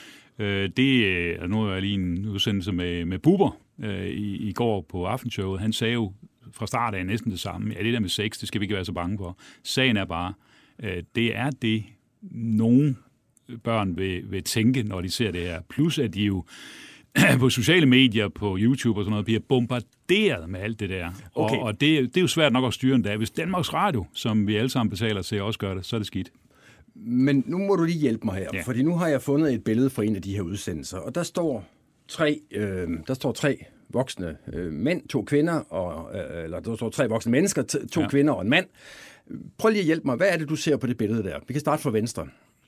Det, nu er jeg lige en udsendelse med, med Bubber øh, i, i går på Aftenshowet. Han sagde jo fra start af næsten det samme. Ja, det der med sex, det skal vi ikke være så bange for. Sagen er bare, øh, det er det, nogle børn vil, vil tænke, når de ser det her. Plus at de jo på sociale medier, på YouTube og sådan noget, bliver bombarderet med alt det der. Okay. Og, og det, det er jo svært nok at styre en dag. Hvis Danmarks Radio, som vi alle sammen betaler til, også gør det, så er det skidt. Men nu må du lige hjælpe mig her, ja. Fordi nu har jeg fundet et billede fra en af de her udsendelser, og der står tre, øh, der står tre voksne øh, mænd, to kvinder, og, øh, eller der står tre voksne mennesker, t- to ja. kvinder og en mand. Prøv lige at hjælpe mig. Hvad er det, du ser på det billede der? Vi kan starte fra venstre.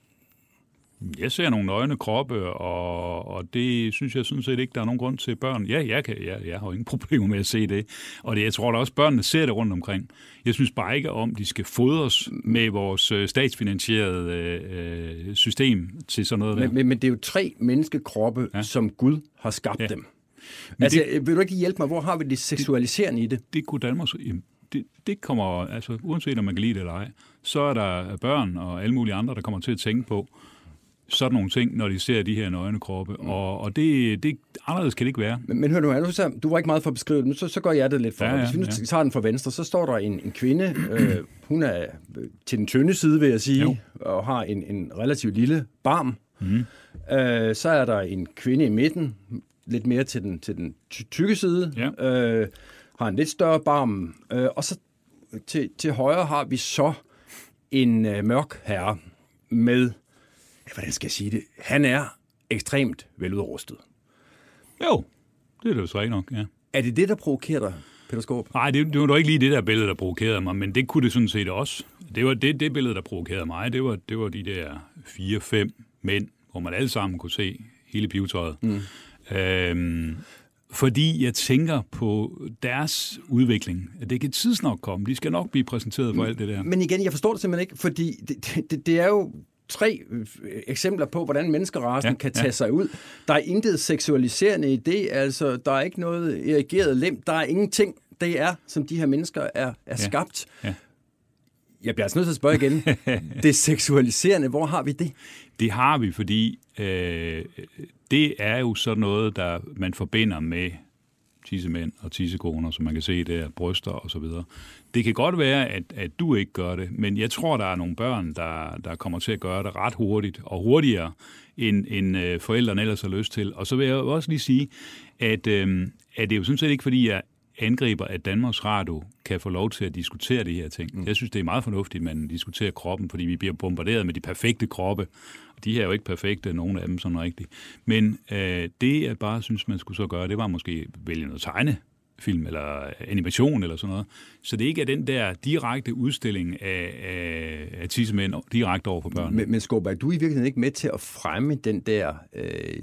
Jeg ser nogle nøgne kroppe, og, og det synes jeg sådan set ikke, der er nogen grund til børn. Ja, jeg, kan, jeg, jeg har jo ingen problemer med at se det. Og det, jeg tror da også, børnene ser det rundt omkring. Jeg synes bare ikke om, de skal fodres med vores statsfinansierede øh, system til sådan noget der. Men, men, men det er jo tre menneskekroppe, ja. Som Gud har skabt ja. Dem. Men altså, det, vil du ikke hjælpe mig? Hvor har vi det seksualiserende i det? Det kunne Danmark... Det, det kommer, altså uanset om man kan lide det eller ej, så er der børn og alle mulige andre, der kommer til at tænke på sådan nogle ting, når de ser de her nøgne kroppe. Mm. Og, og det, det anderledes kan det ikke være. Men, men hør nu, nu, du var ikke meget for at beskrive det, men så, så går jeg det lidt for. Ja, ja, Hvis vi nu ja. tager den fra venstre, så står der en, en kvinde, øh, hun er til den tynde side, vil jeg sige, jo. Og har en, en relativt lille barm. Mm. Øh, så er der en kvinde i midten, lidt mere til den, til den tykke side, ja. øh, har en lidt større barm, øh, og så til, til højre har vi så en øh, mørk herre med, hvordan skal jeg sige det, han er ekstremt veludrustet. Jo, det er det jo så ikke nok, ja. Er det det, der provokerer dig, Peter Skaarup? Nej, det, det var dog ikke lige det der billede, der provokerede mig, men det kunne det sådan set også. Det var det, det billede, der provokerede mig, det var, det var de der fire, fem mænd, hvor man alle sammen kunne se hele pivetøjet. Mm. Øhm, fordi jeg tænker på deres udvikling, at det kan tidsnok komme. De skal nok blive præsenteret for alt det der. Men igen, jeg forstår det simpelthen ikke, fordi det, det, det er jo tre eksempler på, hvordan menneskerasen ja, kan tage ja. sig ud. Der er intet seksualiserende i det, altså der er ikke noget erigeret lem, der er ingenting. Det er, som de her mennesker er, er ja, skabt. Ja. Jeg bliver altså nødt til at spørge igen. Det seksualiserende, hvor har vi det? Det har vi, fordi øh, det er jo sådan noget, der man forbinder med tissemænd og tissekoner, som man kan se der, bryster og så videre. Det kan godt være, at, at du ikke gør det, men jeg tror, der er nogle børn, der, der kommer til at gøre det ret hurtigt og hurtigere, end, end øh, forældrene ellers har lyst til. Og så vil jeg også lige sige, at, øh, at det er jo sådan set ikke, fordi jeg angriber, at Danmarks Radio kan få lov til at diskutere de her ting. Mm. Jeg synes, det er meget fornuftigt, at man diskuterer kroppen, fordi vi bliver bombarderet med de perfekte kroppe. Og de her er jo ikke perfekte, nogen af dem sådan rigtigt. Men øh, det, jeg bare synes, man skulle så gøre, det var måske vælge noget tegnefilm eller animation eller sådan noget. Så det ikke er den der direkte udstilling af, af, af tissemænd direkte over for børn. Men, men Skaarup, er du i virkeligheden ikke med til at fremme den der øh,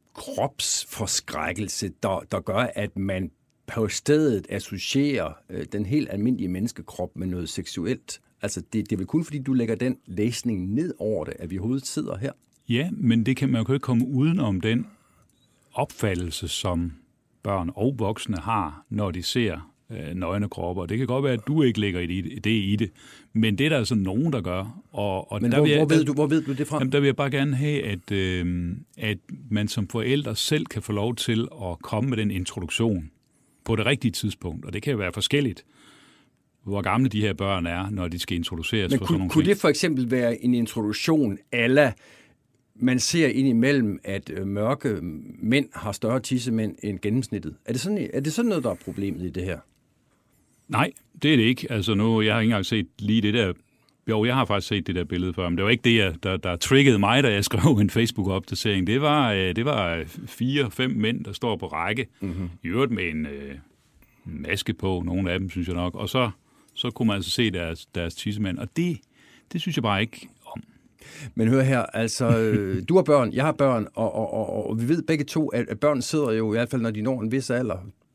kropsforskrækkelse, der, der gør, at man på stedet associerer øh, den helt almindelige menneskekrop med noget seksuelt? Altså, det, det er vel kun fordi, du lægger den læsning ned over det, at vi overhovedet sidder her? Ja, men det kan man jo ikke komme udenom den opfattelse, som børn og voksne har, når de ser øh, nøgne kropper. Det kan godt være, at du ikke lægger det, det i det, men det er der altså nogen, der gør. Og, og men der hvor, vil jeg, hvor, ved du, hvor ved du det fra? Jamen, der vil jeg bare gerne have, at, øh, at man som forældre selv kan få lov til at komme med den introduktion på det rigtige tidspunkt, og det kan jo være forskelligt, hvor gamle de her børn er, når de skal introduceres. Men for kunne, sådan nogle kunne ting. det for eksempel være en introduktion ala, man ser indimellem, at øh, mørke mænd har større tissemænd end gennemsnittet? Er det, sådan, er det sådan noget, der er problemet i det her? Nej, det er det ikke. Altså nu, jeg har ikke engang set lige det der. Jo, jeg har faktisk set det der billede før, men det var ikke det, der, der triggede mig, da jeg skrev en Facebook-opdatering. Det var, det var fire, fem mænd, der står på række, mm-hmm. i øvrigt med en øh, maske på, nogle af dem, synes jeg nok. Og så, så kunne man altså se deres, deres tissemænd, og det, det synes jeg bare ikke om. Men hør her, altså, du har børn, jeg har børn, og, og, og, og vi ved begge to, at børn sidder jo i hvert fald, når de når en vis alder,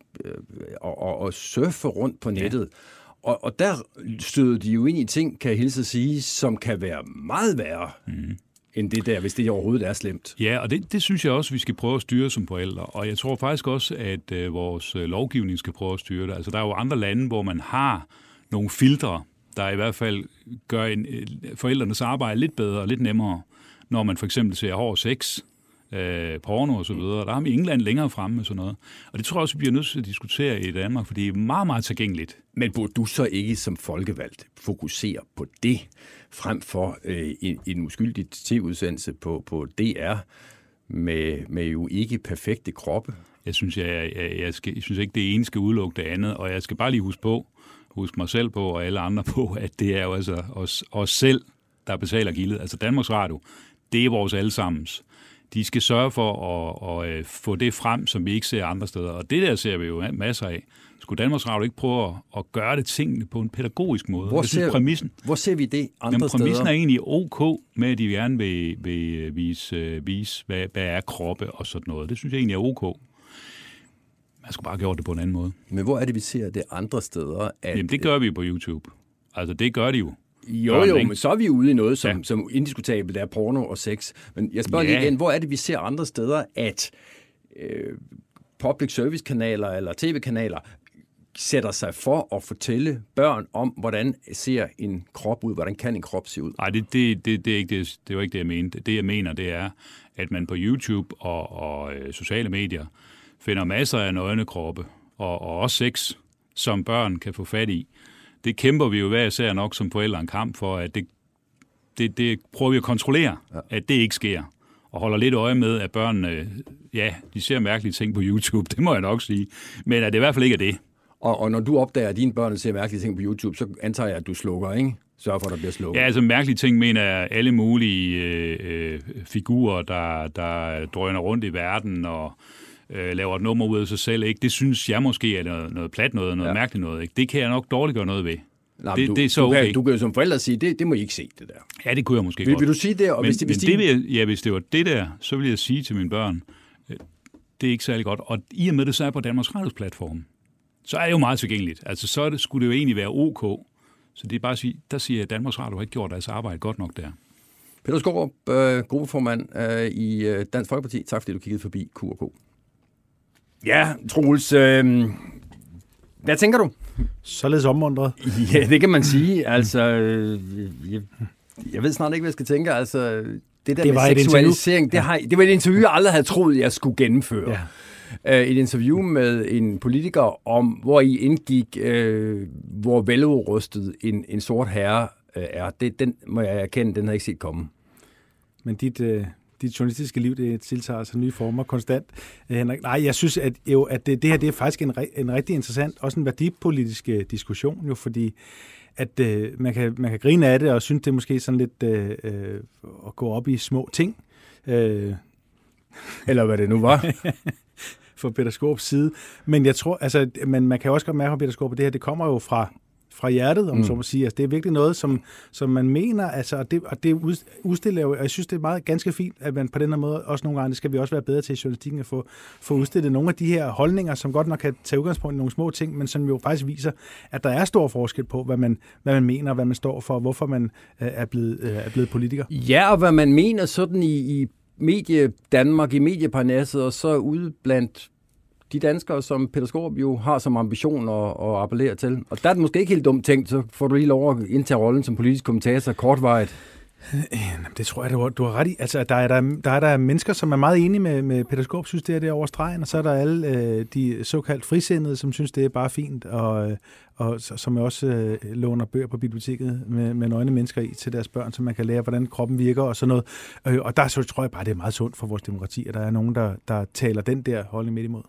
og, og, og surfer rundt på nettet. Ja. Og, og der støder de jo ind i ting, kan jeg hilse at sige, som kan være meget værre mm. end det der, hvis det overhovedet er slemt. Ja, og det, det synes jeg også, vi skal prøve at styre som forældre. Og jeg tror faktisk også, at øh, vores lovgivning skal prøve at styre det. Altså, der er jo andre lande, hvor man har nogle filtre, der i hvert fald gør en, øh, forældrenes arbejde lidt bedre og lidt nemmere, når man for eksempel ser hård sex, øh, porno og så videre. Der har vi England længere fremme med sådan noget. Og det tror jeg også, vi bliver nødt til at diskutere i Danmark, fordi det er meget, meget tilgængeligt. Men burde du så ikke som folkevalgt fokusere på det, frem for øh, en, en uskyldig tv-udsendelse på, på D R med, med jo ikke perfekte kroppe? Jeg synes, jeg, jeg, jeg, skal, jeg synes ikke, det ene skal udelukke det andet, og jeg skal bare lige huske på, huske mig selv på, og alle andre på, at det er jo altså os, os selv, der betaler gildet. Altså Danmarks Radio, det er vores allesammens. De skal sørge for at, at, at få det frem, som vi ikke ser andre steder. Og det der ser vi jo masser af. Skulle Danmarks Radio ikke prøve at gøre det tingene på en pædagogisk måde? Hvor, ser, præmissen, hvor ser vi det andre jamen, steder? Præmissen er egentlig ok med, at de gerne vil, vil vise, vise hvad, hvad er kroppe og sådan noget. Det synes jeg egentlig er ok. Man skulle bare have gjort det på en anden måde. Men hvor er det, vi ser det andre steder? At jamen, det gør vi jo på YouTube. Altså, det gør de jo. Jo, børn, jo, ikke? Men så er vi ude i noget, som, ja. som indiskutabelt er porno og sex. Men jeg spørger ja. lige igen, hvor er det, vi ser andre steder, at øh, public service-kanaler eller tv-kanaler sætter sig for at fortælle børn om, hvordan ser en krop ud, hvordan kan en krop se ud? Nej, det, det, det, det, er ikke det, det var ikke det, jeg mente. Det, jeg mener, det er, at man på YouTube og, og øh, sociale medier finder masser af nøgne kroppe, og, og også sex, som børn kan få fat i. Det kæmper vi jo hver især nok som forældre en kamp for, at det, det, det prøver vi at kontrollere, ja. At det ikke sker. Og holder lidt øje med, at børnene, ja, de ser mærkelige ting på YouTube, det må jeg nok sige, men at det i hvert fald ikke er det. Og, og når du opdager, at dine børn ser mærkelige ting på YouTube, så antager jeg, at du slukker, ikke? Sørg for, at der bliver slukket. Ja, altså mærkelige ting mener jeg alle mulige øh, figurer, der, der drøner rundt i verden og øh, laver et nummer ud af sig selv, ikke? Det synes jeg måske er noget, noget plat noget, noget ja. mærkeligt noget, ikke? Det kan jeg nok dårligt gøre noget ved. Nej, det, du, det er så du, kan, okay. du kan jo som forælder sige, det, det må I ikke se, det der. Ja, det kunne jeg måske vil, godt. Vil du sige det? Og men hvis det, hvis men det vil jeg, ja, hvis det var det der, så ville jeg sige til mine børn, det er ikke særlig godt. Og i og med det så er på Danmarks Radios platform, så er det jo meget tilgængeligt. Altså så det, skulle det jo egentlig være ok. Så det er bare at sige, der siger jeg, at Danmarks Radio har ikke gjort deres arbejde godt nok der. Peter Skaarup, øh, gruppeformand øh, i øh, Dansk Folkeparti. Tak fordi du kiggede forbi Q og K. Ja, Troels, øh, hvad tænker du? Således omundret. Ja, det kan man sige. Altså, øh, jeg, jeg ved snart ikke, hvad jeg skal tænke. Altså, det der det med seksualisering, det, har, det var et interview, jeg aldrig havde troet, jeg skulle gennemføre. Ja. Et interview med en politiker om, hvor I indgik, øh, hvor veludrustet en, en sort herre øh, er. Det, den må jeg erkende, den har jeg ikke set komme. Men dit, øh, dit journalistiske liv, det tiltager sig nye former konstant, Henrik. Nej, jeg synes, at, jo, at det, det her det er faktisk en, en rigtig interessant, også en værdipolitisk diskussion, jo, fordi at øh, man, kan, man kan grine af det, og synes, det er måske sådan lidt øh, øh, at gå op i små ting. Øh. Eller hvad det nu var. fra Peter Skaarups side. Men jeg tror, altså, men man kan også godt mærke på Peter Skaarup, det her, det kommer jo fra fra hjertet, om Mm. så må sige. Altså, det er virkelig noget, som, som man mener, altså, og det, og det udstiller jo, og jeg synes, det er meget ganske fint, at man på den her måde, også nogle gange, det skal vi også være bedre til i journalistikken, at få, få udstillet nogle af de her holdninger, som godt nok kan tage udgangspunkt i nogle små ting, men som jo faktisk viser, at der er stor forskel på, hvad man, hvad man mener, hvad man står for, og hvorfor man øh, er, blevet, øh, er blevet politiker. Ja, og hvad man mener sådan i, i medie Danmark, i medieparnasset, og så ude blandt de danskere, som Peter Skaarup jo har som ambition at, at appellere til. Og der er det måske ikke helt dumt tænkt, så får du lige lov at indtage rollen som politisk kommentator kortvarigt. Det tror jeg, du har, du har ret i. Altså, der er der, der er der mennesker, som er meget enige med, med Peter Skaarup, synes det er det over stregen, og så er der alle øh, de såkaldt frisindede, som synes det er bare fint, og, og som også øh, låner bøger på biblioteket med, med nøgne mennesker i til deres børn, så man kan lære, hvordan kroppen virker og sådan noget. Øh, og der så tror jeg bare, det er meget sundt for vores demokrati, at der er nogen, der, der taler den der holdning midt imod.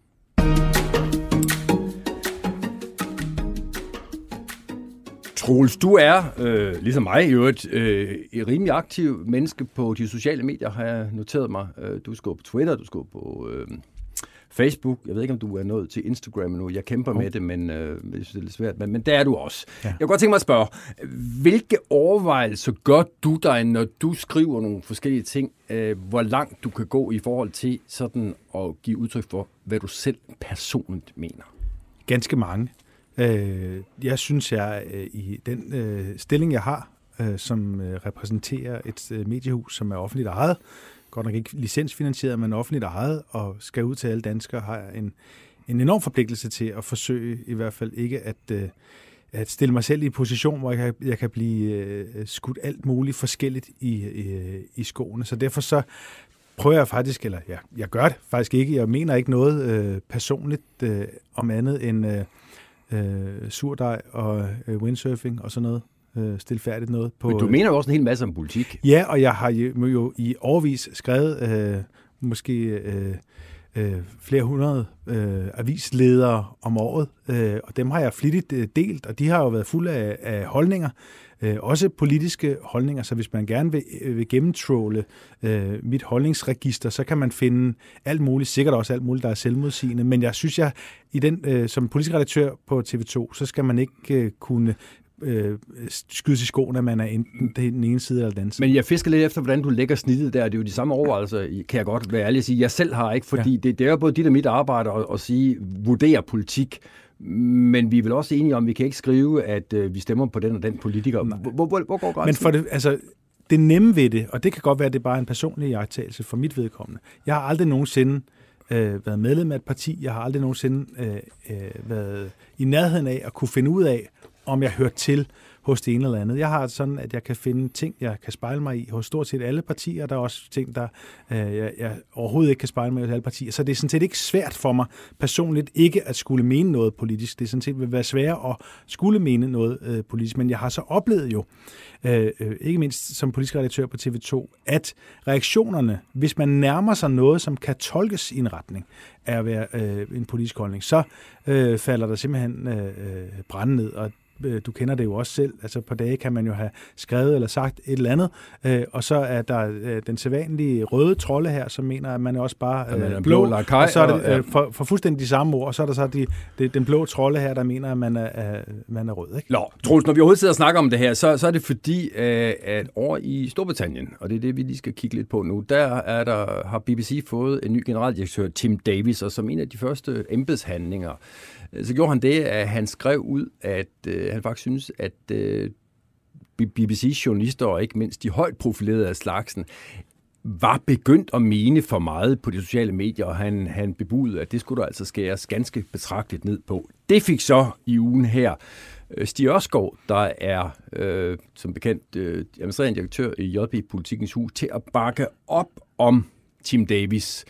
Troels, du er, øh, ligesom mig i øvrigt, øh, et rimelig aktiv menneske på de sociale medier, har jeg noteret mig. Du skal på Twitter, du skal på øh, Facebook. Jeg ved ikke, om du er nået til Instagram nu. Jeg kæmper oh. med det, men øh, jeg synes, det er lidt svært. Men, men der er du også. Ja. Jeg kunne godt tænke mig at spørge, hvilke overvejelser gør du dig, når du skriver nogle forskellige ting? Øh, hvor langt du kan gå i forhold til sådan at give udtryk for, hvad du selv personligt mener? Ganske mange. Jeg synes, jeg i den stilling, jeg har, som repræsenterer et mediehus, som er offentligt ejet, godt nok ikke licensfinansieret, men offentligt ejet, og skal ud til alle danskere, har jeg en, en enorm forpligtelse til at forsøge i hvert fald ikke at, at stille mig selv i en position, hvor jeg kan, jeg kan blive skudt alt muligt forskelligt i, i, i skoene. Så derfor så prøver jeg faktisk, eller ja, jeg gør det faktisk ikke, jeg mener ikke noget øh, personligt øh, om andet end øh, øh, surdej og øh, windsurfing og sådan noget. Øh, stilfærdigt noget. På, Men du mener jo også en hel masse om politik. Ja, og jeg har jo, jo i årevis skrevet øh, måske øh, øh, flere hundrede øh, avisledere om året, øh, og dem har jeg flittigt øh, delt, og de har jo været fulde af, af holdninger, øh, også politiske holdninger, så hvis man gerne vil, øh, vil gennemtråle øh, mit holdningsregister, så kan man finde alt muligt, sikkert også alt muligt, der er selvmodsigende, men jeg synes, jeg i den øh, som politisk redaktør på T V to, så skal man ikke øh, kunne Øh, skydes i skoene, at man er enten den ene side eller den anden side. Men jeg fisker lidt efter, hvordan du lægger snittet der. Det er jo de samme overvejelser, kan jeg godt være ærlig at sige. Jeg selv har ikke, fordi ja. det, det er jo både dit og mit arbejde at, at sige, vurdere politik, men vi er vel også enige om, at vi kan ikke skrive, at øh, vi stemmer på den og den politiker. Hvor, hvor, hvor går grænsen? Men for det, altså, det nemme ved det, og det kan godt være, at det er bare en personlig iagttagelse for mit vedkommende. Jeg har aldrig nogensinde øh, været medlem af et parti. Jeg har aldrig nogensinde øh, øh, været i nærheden af at kunne finde ud af, om jeg hører til hos det ene eller andet. Jeg har sådan, at jeg kan finde ting, jeg kan spejle mig i hos stort set alle partier. Der er også ting, der øh, jeg, jeg overhovedet ikke kan spejle mig i hos alle partier. Så det er sådan set ikke svært for mig personligt ikke at skulle mene noget politisk. Det er sådan set vil være sværere at skulle mene noget øh, politisk. Men jeg har så oplevet jo, øh, ikke mindst som politisk redaktør på T V to, at reaktionerne, hvis man nærmer sig noget, som kan tolkes i en retning af at være øh, en politisk holdning, så øh, falder der simpelthen øh, brænde ned. Og du kender det jo også selv. Altså på dage kan man jo have skrevet eller sagt et eller andet, øh, og så er der øh, den sædvanlige røde trolde her, som mener, at man er også bare øh, er blå, blå lakaj, og så er det og, ja. øh, for, for fuldstændig de samme ord, og så er der så de, de, den blå trolde her, der mener, at man er, er, man er rød. Ikke? Nå, Troels, når vi overhovedet sidder og snakker om det her, så, så er det fordi, øh, at over i Storbritannien, og det er det, vi lige skal kigge lidt på nu, der, er der har B B C fået en ny generaldirektør, Tim Davis, og som en af de første embedshandlinger, så gjorde han det, at han skrev ud, at øh, han faktisk synes, at øh, B B C's journalister, og ikke mindst de højt profilerede af slagsen, var begyndt at mene for meget på de sociale medier, og han, han bebudede, at det skulle der altså skæres ganske betragteligt ned på. Det fik så i ugen her Stig Ørskov, der er øh, som bekendt øh, administrerende direktør i J P Politikens Hus, til at bakke op om Tim Davis.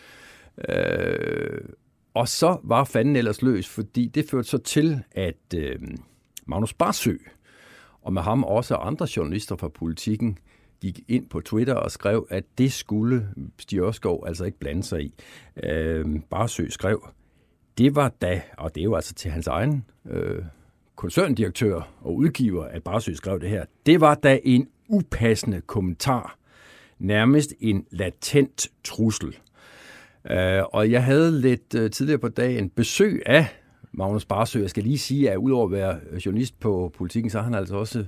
Øh, Og så var fanden ellers løs, fordi det førte så til, at øh, Magnus Barsøe, og med ham også andre journalister fra Politikken, gik ind på Twitter og skrev, at det skulle Stig Ørskov altså ikke blande sig i. Øh, Barsøe skrev, det var da, og det er jo altså til hans egen øh, koncerndirektør og udgiver, at Barsøe skrev det her, det var da en upassende kommentar, nærmest en latent trussel. Uh, og jeg havde lidt uh, tidligere på dagen besøg af Magnus Barsøe, jeg skal lige sige, at udover at være journalist på Politikken, så er han altså også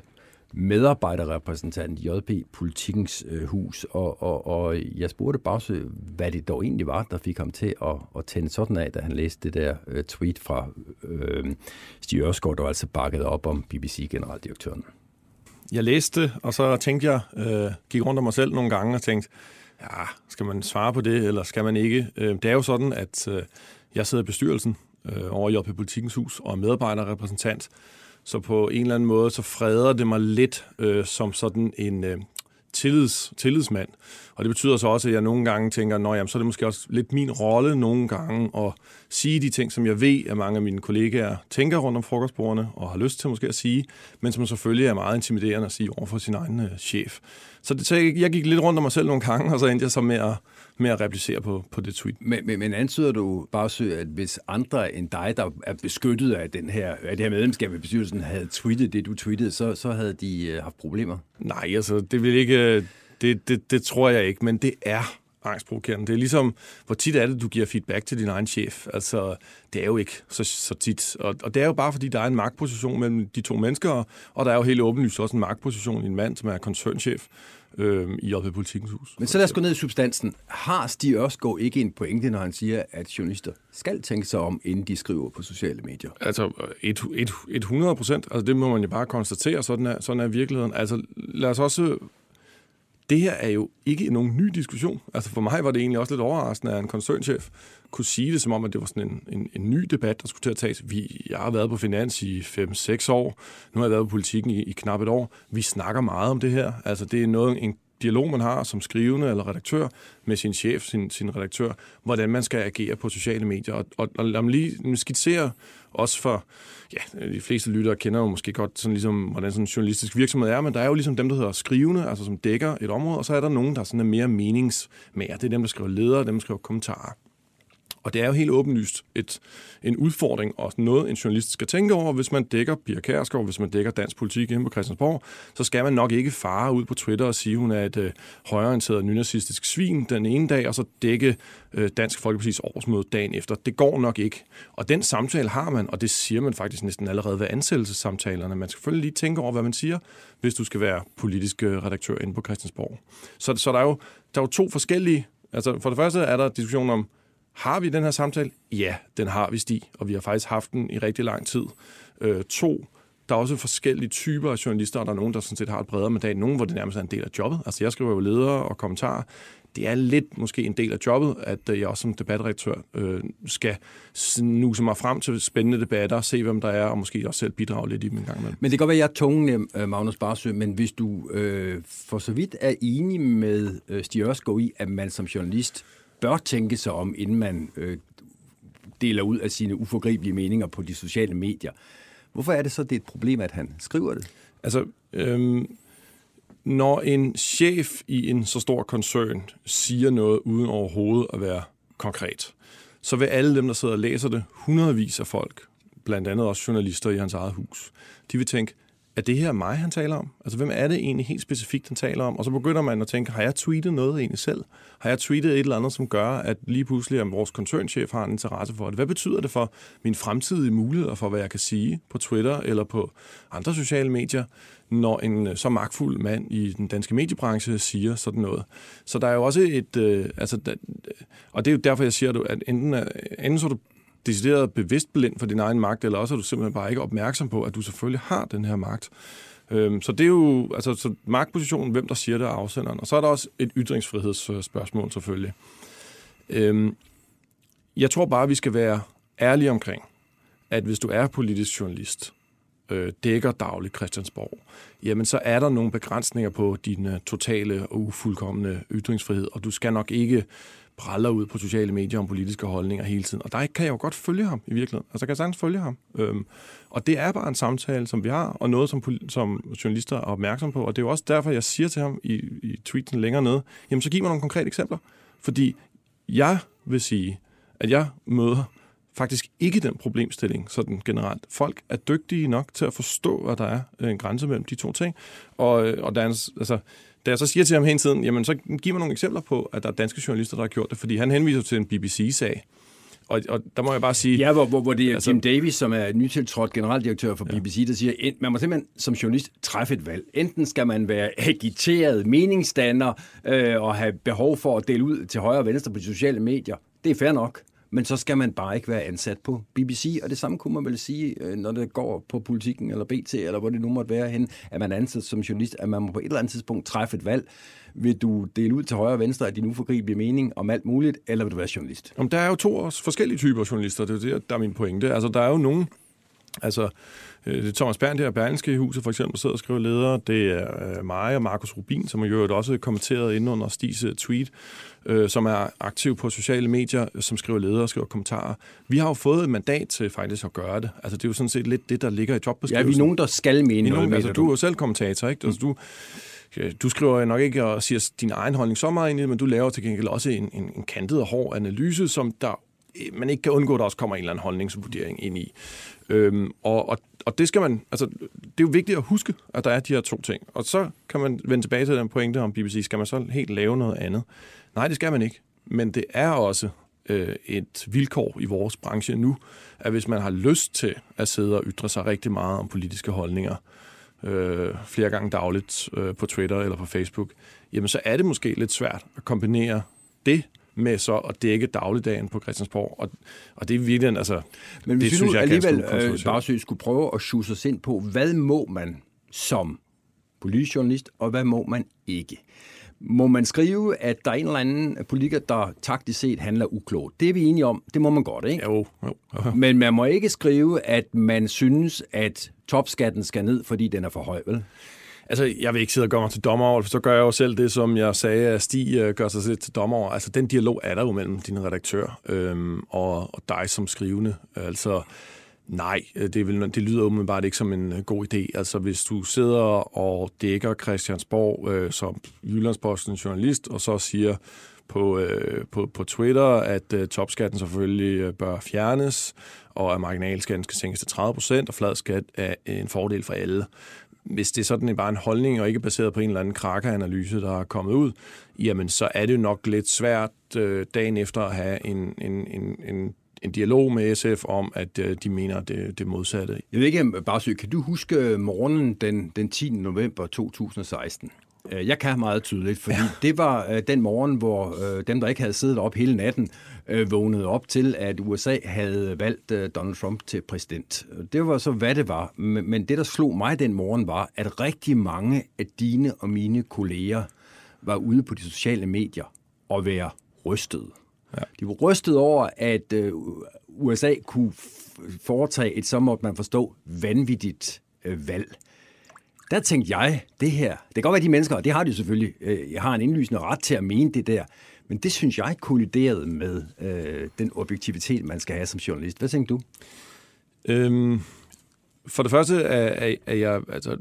medarbejderrepræsentant i J P Politikens øh, hus, og, og, og jeg spurgte Barsøe, hvad det dog egentlig var, der fik ham til at, at tænde sådan af, da han læste det der øh, tweet fra øh, Stig Ørskov, der altså bakkede op om B B C-generaldirektøren. Jeg læste, og så tænkte jeg, øh, gik rundt om mig selv nogle gange og tænkte, ja, skal man svare på det, eller skal man ikke? Øh, det er jo sådan, at øh, jeg sidder i bestyrelsen øh, over i J P Politikens hus og er medarbejderrepræsentant, så på en eller anden måde, så freder det mig lidt øh, som sådan en øh, tillids, tillidsmand. Og det betyder så også, at jeg nogle gange tænker, nå jamen, så er det måske også lidt min rolle nogle gange at sige de ting, som jeg ved, at mange af mine kollegaer tænker rundt om frokostbordene og har lyst til måske at sige, men som selvfølgelig er meget intimiderende at sige over for sin egen øh, chef. Så, det, så jeg, jeg gik lidt rundt om mig selv nogle gange, og så endte jeg så med at, med at replicere på, på det tweet. Men, men, men antyder du, Barsøe, at hvis andre end dig, der er beskyttet af, den her, af det her medlemskab i bestyrelsen, havde tweetet det, du tweetede, så, så havde de øh, haft problemer? Nej, altså, det vil ikke... Det, det, det tror jeg ikke, men det er angstprovokerende. Det er ligesom, hvor tit er det, du giver feedback til din egen chef. Altså, det er jo ikke så, så tit. Og, og det er jo bare, fordi der er en magtposition mellem de to mennesker, og der er jo helt åbenlyst også en magtposition i en mand, som er koncernchef øh, i J P Politikens hus. Men så lad os gå ned i substansen. Har Stig Ørskov ikke en pointe, når han siger, at journalister skal tænke sig om, inden de skriver på sociale medier? Altså, et, et, et hundrede procent. Altså, det må man jo bare konstatere. Sådan er, sådan er virkeligheden. Altså, lad os også... Det her er jo ikke nogen ny diskussion. Altså for mig var det egentlig også lidt overraskende, at en koncernchef kunne sige det, som om, at det var sådan en, en, en ny debat, der skulle til at tages. Vi, jeg har været på finans i fem seks år. Nu har jeg været på Politikken i, i knap et år. Vi snakker meget om det her. Altså det er noget, en dialog, man har som skrivende eller redaktør med sin chef, sin, sin redaktør, hvordan man skal agere på sociale medier. Og, og, og lad mig lige skitsere også for, ja, de fleste lyttere kender jo måske godt sådan ligesom, hvordan sådan en journalistisk virksomhed er, men der er jo ligesom dem, der hedder skrivende, altså som dækker et område, og så er der nogen, der sådan er mere meningsmager. Det er dem, der skriver ledere, dem, der skriver kommentarer. Og det er jo helt åbenlyst et, en udfordring, og noget, en journalist skal tænke over, hvis man dækker Pia Kjærsgaard, hvis man dækker dansk politik inde på Christiansborg, så skal man nok ikke fare ud på Twitter og sige, at hun er et øh, højreorienteret nynazistisk svin den ene dag, og så dække øh, Dansk Folkepartis årsmøde dagen efter. Det går nok ikke. Og den samtale har man, og det siger man faktisk næsten allerede ved ansættelsessamtalerne. Man skal selvfølgelig lige tænke over, hvad man siger, hvis du skal være politisk redaktør inde på Christiansborg. Så, så der, er jo, der er jo to forskellige... Altså for det første er der diskussion om, har vi den her samtale? Ja, den har vi, Stig, og vi har faktisk haft den i rigtig lang tid. Øh, to, der er også forskellige typer af journalister, og der er nogen, der sådan set har et bredere mandat. Nogen, hvor det nærmest er en del af jobbet. Altså, jeg skriver jo ledere og kommentarer. Det er lidt måske en del af jobbet, at jeg også som debatredaktør øh, skal snuse mig frem til spændende debatter, se hvem der er, og måske også selv bidrage lidt i dem en gang imellem. Men det kan godt være, at jeg er tungen, Magnus Barsøe, men hvis du øh, for så vidt er enig med øh, Stig Ørskov i, at man som journalist bør tænke sig om, inden man øh, deler ud af sine uforgribelige meninger på de sociale medier. Hvorfor er det så, det er et problem, at han skriver det? Altså, øhm, når en chef i en så stor koncern siger noget uden overhovedet at være konkret, så vil alle dem, der sidder og læser det, hundredvis af folk, blandt andet også journalister i hans eget hus, de vil tænke, er det her mig, han taler om? Altså, hvem er det egentlig helt specifikt, han taler om? Og så begynder man at tænke, har jeg tweetet noget egentlig selv? Har jeg tweetet et eller andet, som gør, at lige pludselig at vores koncernchef har en interesse for det? Hvad betyder det for mine fremtidige muligheder for, hvad jeg kan sige på Twitter eller på andre sociale medier, når en så magtfuld mand i den danske mediebranche siger sådan noget? Så der er jo også et... Øh, altså, der, og det er jo derfor, jeg siger, at enten, enten så er du decideret bevidst blind for din egen magt, eller også er du simpelthen bare ikke opmærksom på, at du selvfølgelig har den her magt. Øhm, så det er jo altså så magtpositionen, hvem der siger det, er afsenderen. Og så er der også et ytringsfrihedsspørgsmål selvfølgelig. Øhm, jeg tror bare, vi skal være ærlige omkring, at hvis du er politisk journalist, øh, dækker dagligt Christiansborg, jamen så er der nogle begrænsninger på din uh, totale og ufuldkomne ytringsfrihed, og du skal nok ikke praller ud på sociale medier om politiske holdninger hele tiden. Og der kan jeg jo godt følge ham i virkeligheden. Altså, jeg kan sagtens følge ham. Øhm, og det er bare en samtale, som vi har, og noget, som, som journalister er opmærksom på. Og det er jo også derfor, jeg siger til ham i, i tweeten længere nede, jamen så giv mig nogle konkrete eksempler. Fordi jeg vil sige, at jeg møder faktisk ikke den problemstilling sådan generelt. Folk er dygtige nok til at forstå, at der er en grænse mellem de to ting. Og, og der er, altså, da jeg så siger til ham hele tiden, jamen så giv mig nogle eksempler på, at der er danske journalister, der har gjort det, fordi han henviser til en B B C-sag, Og, og der må jeg bare sige... Ja, hvor, hvor, hvor det er altså, Jim Davis, som er nytiltrådt generaldirektør for ja. B B C, der siger, at man må simpelthen som journalist træffe et valg. Enten skal man være agiteret meningsstander øh, og have behov for at dele ud til højre og venstre på de sociale medier. Det er fair nok. Men så skal man bare ikke være ansat på B B C, og det samme kunne man vel sige, når det går på Politikken eller B T, eller hvor det nu måtte være hen, at man er ansat som journalist, at man må på et eller andet tidspunkt træffe et valg. Vil du dele ud til højre og venstre af din uforgribelige mening om alt muligt, eller vil du være journalist? Om der er jo to forskellige typer journalister, det er det, der er min pointe. Altså, der er jo nogen, altså, det er Thomas Berndt her, Berlingske i huset for eksempel, sidder og skriver ledere. Det er mig og Markus Rubin, som har jo også kommenteret inden under Stigs tweet, øh, som er aktiv på sociale medier, som skriver ledere og skriver kommentarer. Vi har jo fået et mandat til faktisk at gøre det. Altså, det er jo sådan set lidt det, der ligger i jobbeskrivelsen. Ja, vi er nogen, der skal mene noget med altså, du er jo selv kommentator, ikke? Altså, du, du skriver nok ikke og siger din egen holdning så meget ind i det, men du laver til gengæld også en, en, en kantet og hård analyse, som der man ikke kan undgå, at der også kommer en eller anden holdningsvurdering ind i. Øhm, og, og, og det skal man, altså, det er jo vigtigt at huske, at der er de her to ting. Og så kan man vende tilbage til den pointe om B B C. Skal man så helt lave noget andet? Nej, det skal man ikke. Men det er også øh, et vilkår i vores branche nu, at hvis man har lyst til at sidde og ytre sig rigtig meget om politiske holdninger, øh, flere gange dagligt øh, på Twitter eller på Facebook, jamen så er det måske lidt svært at kombinere det med så at dække dagligdagen på Christiansborg. Og, og det er virkelig, altså... Men hvis det, vi nu synes, alligevel øh, bare skulle prøve at sjuse os ind på, hvad må man som politisk journalist, og hvad må man ikke? Må man skrive, at der er en eller anden politiker, der taktisk set handler uklogt? Det er vi enige om. Det må man godt, ikke? Jo, jo. Men man må ikke skrive, at man synes, at topskatten skal ned, fordi den er for høj, vel? Altså, jeg vil ikke sidde og gøre mig til dommer over, for så gør jeg jo selv det, som jeg sagde, at Stig gør sig selv til dommer over. Altså, den dialog er der jo mellem din redaktør øhm, og, og dig som skrivende. Altså, nej, det, vil, det lyder umiddelbart ikke som en god idé. Altså, hvis du sidder og dækker Christiansborg øh, som Jyllandsposten journalist, og så siger på, øh, på, på Twitter, at øh, topskatten selvfølgelig bør fjernes, og at marginalskatten skal sænkes til tredive procent, og flad skat er en fordel for alle. Hvis det er sådan bare en holdning, og ikke baseret på en eller anden Kraka-analyse, der er kommet ud, jamen så er det jo nok lidt svært øh, dagen efter at have en, en, en, en, en dialog med S F om, at øh, de mener det, det modsatte. Jeg ved ikke, Barsø, kan du huske morgenen den, den tiende november to tusind og seksten? Jeg kan meget tydeligt, fordi ja. det var øh, den morgen, hvor øh, dem, der ikke havde siddet op hele natten, øh, vågnede op til, at U S A havde valgt øh, Donald Trump til præsident. Det var så, hvad det var. Men, men det, der slog mig den morgen, var, at rigtig mange af dine og mine kolleger var ude på de sociale medier og være rystede. Ja. De var rystede over, at øh, U S A kunne foretage et, så måtte man forstå, vanvittigt øh, valg. Der tænkte jeg, det her, det kan godt være de mennesker, og det har de selvfølgelig, øh, jeg har en indlysende ret til at mene det der, men det synes jeg kolliderede med øh, den objektivitet, man skal have som journalist. Hvad tænker du? Øhm, for det første er, er, er jeg, altså,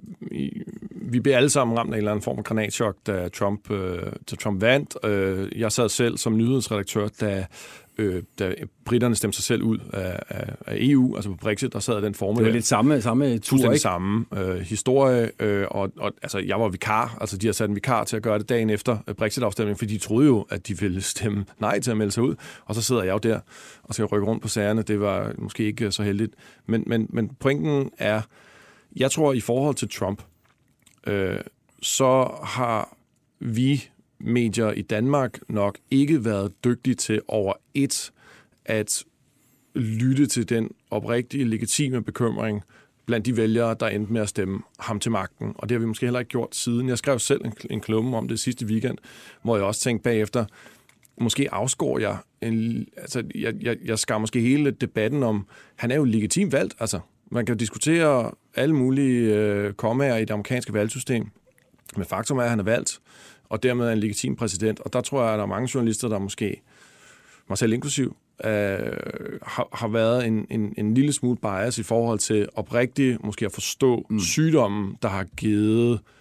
vi blev alle sammen ramt af en eller anden form af granatschok, da Trump, øh, da Trump vandt. Øh, jeg sad selv som nyhedsredaktør, da Øh, da britterne stemte sig selv ud af, af, af E U, altså på Brexit, der sad den formel. Det var lidt samme, samme tur, ikke? samme øh, historie, øh, og, og altså, jeg var vikar, altså de har sat en vikar til at gøre det dagen efter Brexit-afstemningen, fordi de troede jo, at de ville stemme nej til at melde sig ud, og så sidder jeg jo der og skal rykke rundt på sagerne. Det var måske ikke så heldigt. Men, men, men pointen er, jeg tror i forhold til Trump, øh, så har vi medier i Danmark nok ikke været dygtige til over et at lytte til den oprigtige, legitime bekymring blandt de vælgere, der endte med at stemme ham til magten. Og det har vi måske heller ikke gjort siden. Jeg skrev selv en, en klumme om det sidste weekend, hvor jeg også tænkte bagefter, måske afskår jeg, en, altså jeg, jeg, jeg skar måske hele debatten om, han er jo legitimt valgt, altså man kan jo diskutere alle mulige øh, kommaer i det amerikanske valgsystem, men faktum er, at han er valgt, og dermed er en legitim præsident. Og der tror jeg, at der er mange journalister, der måske, mig selv inklusiv, øh, har, har været en, en, en lille smule bias i forhold til oprigtigt måske at forstå mm. sygdommen, der har givet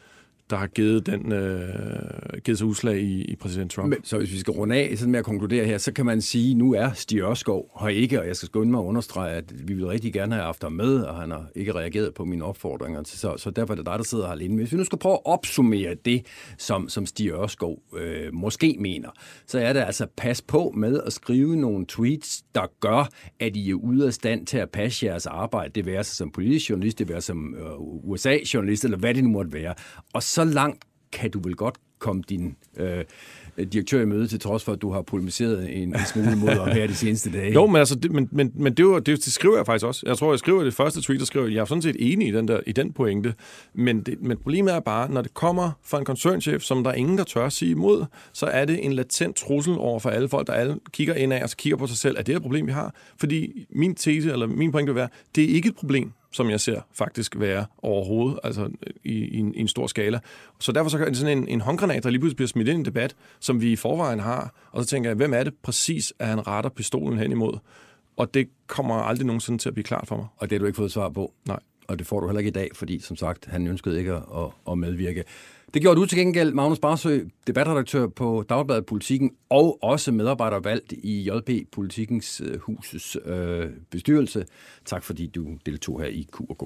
der har givet, den, øh, givet sig udslag i, i præsident Trump. Men, så hvis vi skal runde af sådan med at konkludere her, så kan man sige, nu er Stig Ørskov her ikke, og jeg skal skynde mig at understrege, at vi vil rigtig gerne have haft ham med, og han har ikke reageret på mine opfordringer, så, så derfor er det dig, der sidder herinde. Hvis vi nu skal prøve at opsummere det, som, som Stig Ørskov øh, måske mener, så er det altså, pas på med at skrive nogle tweets, der gør, at I er ude af stand til at passe jeres arbejde, det være som politisk journalist, det være som øh, U S A-journalist, eller hvad det nu måtte være. Og så langt kan du vel godt komme din øh, direktør i møde, til trods for, at du har polemiseret en, en smule mod om her de seneste dage. Jo, men, altså, det, men, men, men det, var, det, det skriver jeg faktisk også. Jeg tror, jeg skriver det første tweet, der skriver jeg er sådan set enig i den, der, i den pointe. Men, det, men problemet er bare, når det kommer fra en koncernchef, som der er ingen, der tør at sige imod, så er det en latent trussel over for alle folk, der alle kigger ind af og så kigger på sig selv. Er det et problem, vi har? Fordi min tese, eller min pointe vil være, det er ikke et problem, som jeg ser faktisk være overhovedet, altså i, i, en, i en stor skala. Så derfor så er det sådan en, en håndgranat, der lige pludselig bliver smidt ind i en debat, som vi i forvejen har, og så tænker jeg, hvem er det præcis, at han retter pistolen hen imod? Og det kommer aldrig nogensinde til at blive klart for mig. Og det har du ikke fået svar på? Nej. Og det får du heller ikke i dag, fordi som sagt, han ønskede ikke at, at medvirke. Det gjorde du til gengæld, Magnus Barsø, debatredaktør på Dagbladet Politikken, og også medarbejder valgt i J P Politikens uh, Husets øh, bestyrelse. Tak fordi du deltog her i Q og K.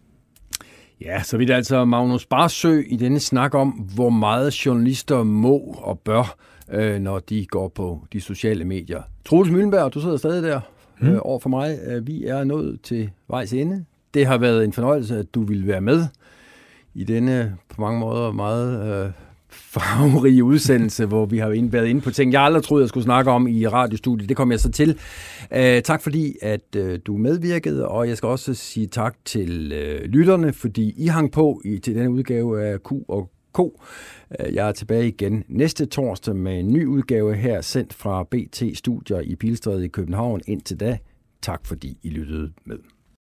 Ja, så vidt altså Magnus Barsø i denne snak om, hvor meget journalister må og bør, øh, når de går på de sociale medier. Troels Møllenberg, du sidder stadig der mm. øh, over for mig. Vi er nået til vejs ende. Det har været en fornøjelse, at du ville være med i denne på mange måder meget øh, farverige udsendelse, hvor vi har været inde på ting, jeg aldrig troede, jeg skulle snakke om i radiostudiet. Det kom jeg så til. Uh, tak fordi, at uh, du medvirkede, og jeg skal også sige tak til uh, lytterne, fordi I hang på i, til denne udgave af Q og K. Uh, jeg er tilbage igen næste torsdag med en ny udgave her, sendt fra B T Studier i Pilestræde i København. Indtil da, tak fordi I lyttede med.